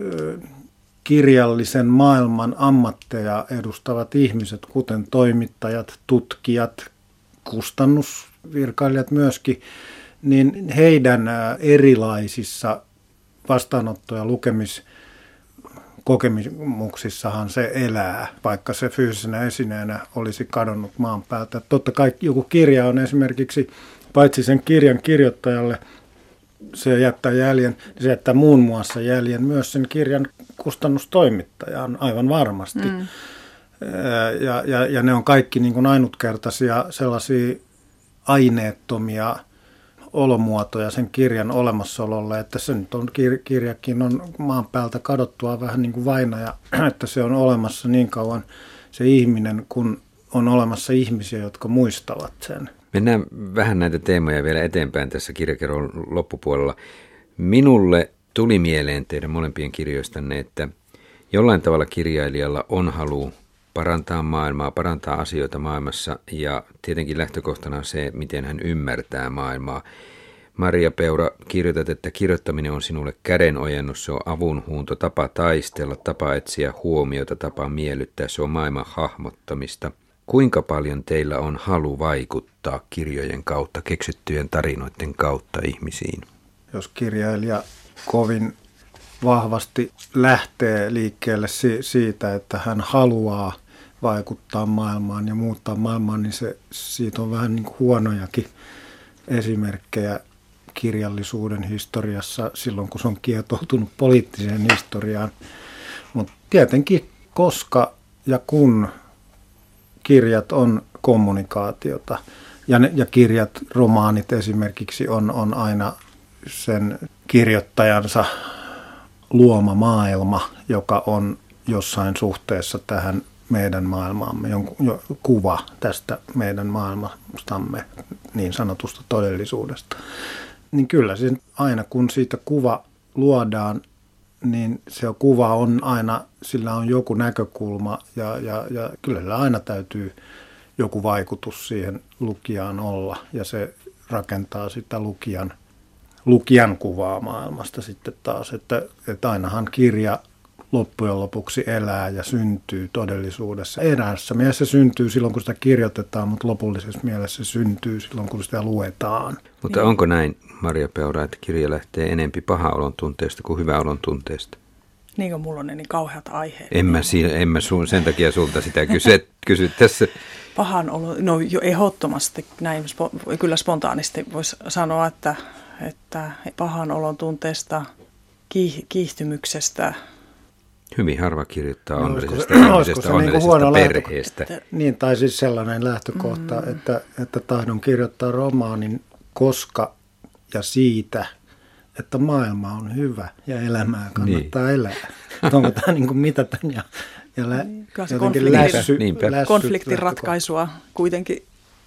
kirjallisen maailman ammatteja edustavat ihmiset, kuten toimittajat, tutkijat, kustannusvirkailijat myöskin, niin heidän erilaisissa vastaanotto- ja lukemis kokemuksissahan se elää, vaikka se fyysisenä esineenä olisi kadonnut maan päältä. Totta kai joku kirja on esimerkiksi, paitsi sen kirjan kirjoittajalle, se jättää jäljen, niin se jättää muun muassa jäljen myös sen kirjan kustannustoimittajaan aivan varmasti. Mm. Ja, ja, ja ne on kaikki niin kuin ainutkertaisia sellaisia aineettomia olomuotoja sen kirjan olemassaololle, että se nyt on, kirjakin on maan päältä kadottua vähän niin kuin vainaja, että se on olemassa niin kauan se ihminen, kun on olemassa ihmisiä, jotka muistavat sen. Mennään vähän näitä teemoja vielä eteenpäin tässä kirjakerron loppupuolella. Minulle tuli mieleen teidän molempien kirjoistanne, että jollain tavalla kirjailijalla on halu parantaa maailmaa, parantaa asioita maailmassa ja tietenkin lähtökohtana on se, miten hän ymmärtää maailmaa. Maria Peura, kirjoitat, että kirjoittaminen on sinulle kädenojennus, se on avunhuunto, tapa taistella, tapa etsiä huomiota, tapa miellyttää, se on maailman hahmottamista. Kuinka paljon teillä on halu vaikuttaa kirjojen kautta, keksittyjen tarinoiden kautta ihmisiin? Jos kirjailija kovin vahvasti lähtee liikkeelle siitä, että hän haluaa vaikuttaa maailmaan ja muuttaa maailmaan, niin se, siitä on vähän niin kuin huonojakin esimerkkejä kirjallisuuden historiassa silloin, kun se on kietoutunut poliittiseen historiaan. Mutta tietenkin, koska ja kun kirjat on kommunikaatiota ja, ne, ja kirjat, romaanit esimerkiksi on, on aina sen kirjoittajansa luoma maailma, joka on jossain suhteessa tähän meidän maailmaamme, jonkun jo, kuva tästä meidän maailmastamme, niin sanotusta todellisuudesta. Niin kyllä se aina kun siitä kuva luodaan, niin se kuva on aina, sillä on joku näkökulma ja, ja, ja kyllä sillä aina täytyy joku vaikutus siihen lukijaan olla ja se rakentaa sitä lukijan, lukijan kuvaa maailmasta sitten taas, että, että ainahan kirja loppujen lopuksi elää ja syntyy todellisuudessa. Eräässä mielessä se syntyy silloin, kun sitä kirjoitetaan, mutta lopullisessa mielessä se syntyy silloin, kun sitä luetaan. Mutta onko näin, Maria Peura, että kirja lähtee enempi paha olon tunteesta kuin hyvä olon tunteesta? Niin kuin mulla on niin kauheat aiheet. En mä, en mä sun, sen takia sulta sitä kysy, kysy tässä. Pahan olo, no jo ehdottomasti, näin kyllä spontaanisti voisi sanoa, että, että pahan olon tunteesta, kiihtymyksestä. Hyvin harva kirjoittaa onnellisesta ihmisestä, onnellisesta niin perheestä. Lähtö, niin, tai siis sellainen lähtökohta, mm. että, että tahdon kirjoittaa romaanin koska ja siitä, että maailma on hyvä ja elämää kannattaa niin elää. Onko tämä niin kuin mitätön ja, ja lä, jotenkin lässy, lässy konfliktin ratkaisua kuitenkin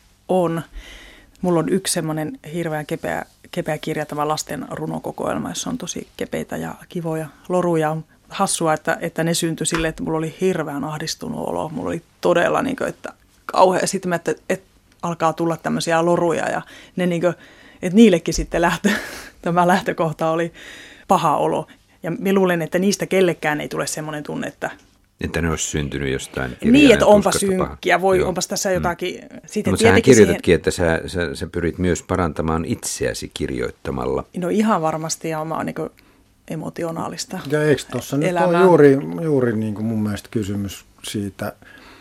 on. Mulla on yksi semmoinen hirveän kepeä, kepeä kirja, tämä lasten runokokoelma, jossa on tosi kepeitä ja kivoja loruja. Hassua, että, että ne syntyi silleen, että mulla oli hirveän ahdistunut olo. Mulla oli todella, niin kuin, että kauhean sitten, että, että alkaa tulla tämmöisiä loruja ja ne, niin kuin, että niillekin sitten lähtö, tämä lähtökohta oli paha olo. Ja mä luulen, että niistä kellekään ei tule semmoinen tunne, että että ne olisi syntynyt jostain niin, että onpa synkkiä, voi, Joo. onpas tässä jotakin. Mm. No, mutta sähän kirjoitatkin, siihen, että sä, sä, sä pyrit myös parantamaan itseäsi kirjoittamalla. No ihan varmasti ja omaa niin kuin emotionaalista ja eikö tuossa nyt ole juuri, juuri niin kuin mun mielestä kysymys siitä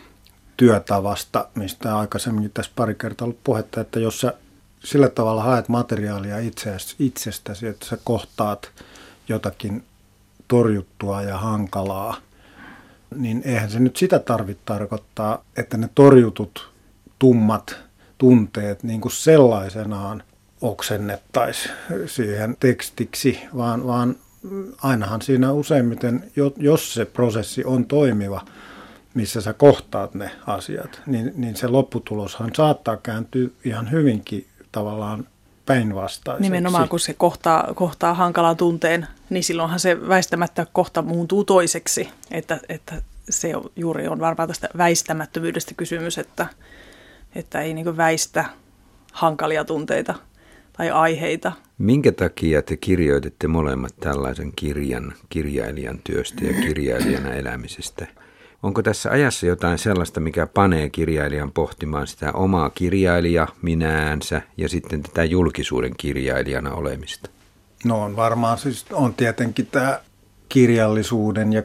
työtavasta, mistä aikaisemminkin tässä pari kertaa ollut puhetta, että jos sä sillä tavalla haet materiaalia itsestäsi, että sä kohtaat jotakin torjuttua ja hankalaa, niin eihän se nyt sitä tarvitse tarkoittaa, että ne torjutut tummat tunteet niin kuin sellaisenaan oksennettaisiin siihen tekstiksi, vaan, vaan ainahan siinä useimmiten, jos se prosessi on toimiva, missä sä kohtaat ne asiat, niin, niin se lopputuloshan saattaa kääntyä ihan hyvinkin tavallaan päinvastaiseksi. Nimenomaan kun se kohtaa, kohtaa hankalan tunteen, niin silloinhan se väistämättä kohta muuntuu toiseksi, että, että se juuri on varmaan tästä väistämättömyydestä kysymys, että, että ei niin kuin väistä hankalia tunteita tai aiheita. Minkä takia te kirjoititte molemmat tällaisen kirjan kirjailijan työstä ja kirjailijana elämisestä? Onko tässä ajassa jotain sellaista, mikä panee kirjailijan pohtimaan sitä omaa kirjailija minäänsä ja sitten tätä julkisuuden kirjailijana olemista? No on varmaan, siis on tietenkin tämä kirjallisuuden ja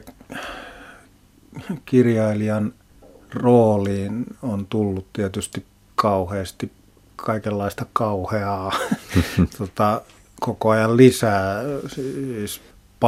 kirjailijan rooliin on tullut tietysti kauheasti kaikenlaista kauheaa tota, koko ajan lisää, siis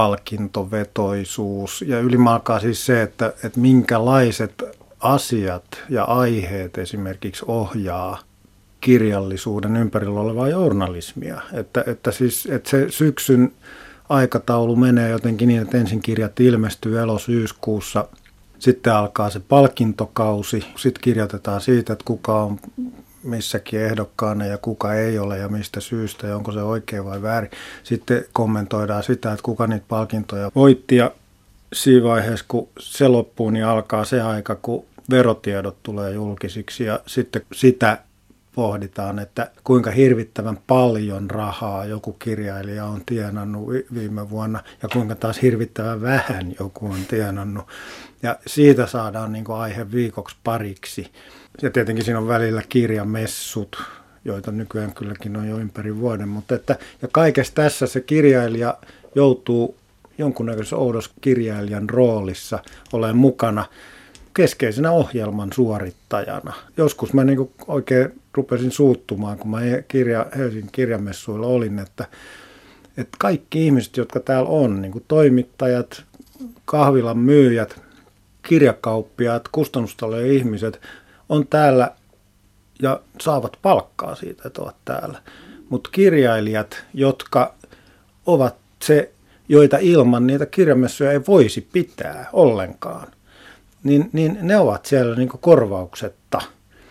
palkintovetoisuus ja ylimalkaa siis se, että, että minkälaiset asiat ja aiheet esimerkiksi ohjaa kirjallisuuden ympärillä olevaa journalismia. Että, että, siis, että se syksyn aikataulu menee jotenkin niin, että ensin kirjat ilmestyy elo-syyskuussa, sitten alkaa se palkintokausi, sitten kirjoitetaan siitä, että kuka on missäkin ehdokkaana ja kuka ei ole ja mistä syystä ja onko se oikein vai väärin. Sitten kommentoidaan sitä, että kuka niitä palkintoja voitti ja siinä vaiheessa, kun se loppuu, niin alkaa se aika, kun verotiedot tulee julkisiksi ja sitten sitä pohditaan, että kuinka hirvittävän paljon rahaa joku kirjailija on tienannut viime vuonna ja kuinka taas hirvittävän vähän joku on tienannut. Ja siitä saadaan niin kuin aihe viikoksi pariksi. Ja tietenkin siinä on välillä kirjamessut, joita nykyään kylläkin on jo ympäri vuoden. Mutta että, ja kaikessa tässä se kirjailija joutuu jonkunnäköisessä oudossa kirjailijan roolissa olemaan mukana keskeisenä ohjelman suorittajana. Joskus mä niin kuin oikein rupesin suuttumaan, kun mä kirja, Helsingin kirjamessuilla olin, että, että kaikki ihmiset, jotka täällä on, niin kuin toimittajat, kahvilan myyjät, kirjakauppiaat, kustannustalojen ihmiset, on täällä ja saavat palkkaa siitä, että ovat täällä. Mutta kirjailijat, jotka ovat se, joita ilman niitä kirjamessuja ei voisi pitää ollenkaan, niin, niin ne ovat siellä niin kuin korvauksetta.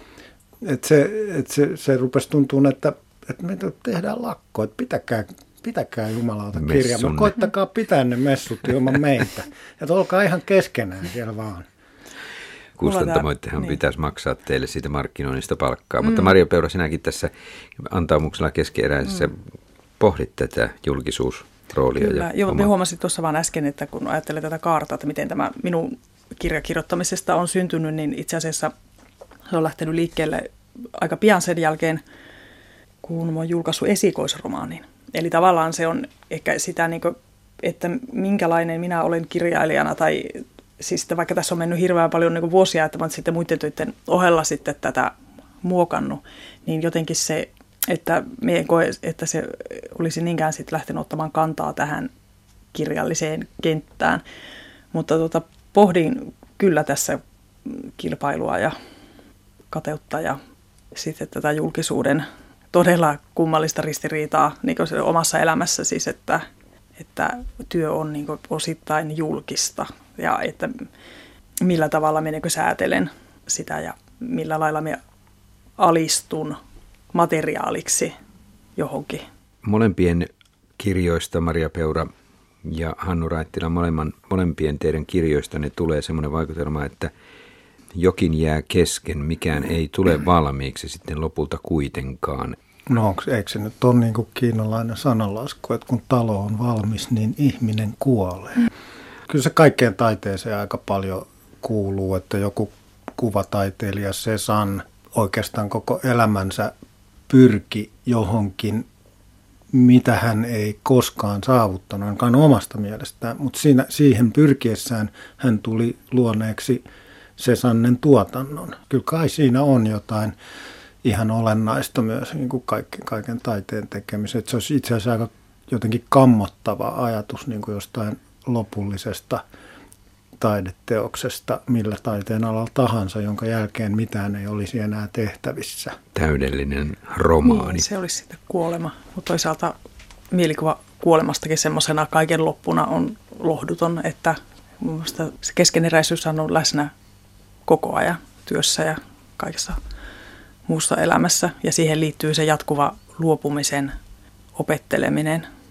Et se, et se, se rupesi tuntua, että, että me tehdään lakko, että pitäkää, pitäkää jumalauta kirjaa. Koittakaa pitää ne messut ilman meitä. Että olkaa ihan keskenään siellä vaan. Kustantamoittehan niin. Pitäisi maksaa teille siitä markkinoinnista palkkaa. Mm. Mutta Maria Peura, sinäkin tässä antaumuksella keskeeräisessä mm. pohdit tätä julkisuusroolia. Kyllä. Ja Joo, oma... huomasin tuossa vaan äsken, että kun ajattelee tätä kaartaa, että miten tämä minun kirjakirjoittamisesta on syntynyt, niin itse asiassa se on lähtenyt liikkeelle aika pian sen jälkeen, kun olen julkaissut esikoisromaanin. Eli tavallaan se on ehkä sitä, että minkälainen minä olen kirjailijana, tai siis vaikka tässä on mennyt hirveän paljon niin kuin vuosia, että mä olen sitten muiden töiden ohella sitten tätä muokannut, niin jotenkin se, että me en koe, että se olisi niinkään sitten lähtenyt ottamaan kantaa tähän kirjalliseen kenttään. Mutta tuota, pohdin kyllä tässä kilpailua ja kateutta ja sitten tätä julkisuuden todella kummallista ristiriitaa niin kuin se omassa elämässä siis, että, että työ on niin kuin osittain julkista ja että millä tavalla minä niin säätelen sitä ja millä lailla minä alistun materiaaliksi johonkin. Molempien kirjoista, Maria Peura ja Hannu Raittila, molemman, molempien teidän kirjoistanne tulee semmoinen vaikutelma, että jokin jää kesken, mikään ei tule valmiiksi sitten lopulta kuitenkaan. No eikö se nyt ole niin kuin kiinalainen sananlasku, että kun talo on valmis, niin ihminen kuolee. Mm. Kyllä se kaikkeen taiteeseen aika paljon kuuluu, että joku kuvataiteilija Cézanne oikeastaan koko elämänsä pyrki johonkin, mitä hän ei koskaan saavuttanut, ainakaan omasta mielestään, mutta siinä, siihen pyrkiessään hän tuli luoneeksi Cézannen tuotannon. Kyllä kai siinä on jotain ihan olennaista myös niin kuin kaiken, kaiken taiteen tekemiseen. Se olisi itse asiassa aika jotenkin kammottava ajatus niin kuin jostain lopullisesta taideteoksesta, millä taiteen alalla tahansa, jonka jälkeen mitään ei olisi enää tehtävissä. Täydellinen romaani. Niin, se olisi sitten kuolema, mutta toisaalta mielikuva kuolemastakin semmoisena kaiken loppuna on lohduton, että mun mielestä se keskeneräisyys on ollut läsnä koko ajan työssä ja kaikessa muussa elämässä ja siihen liittyy se jatkuva luopumisen opetteleminen.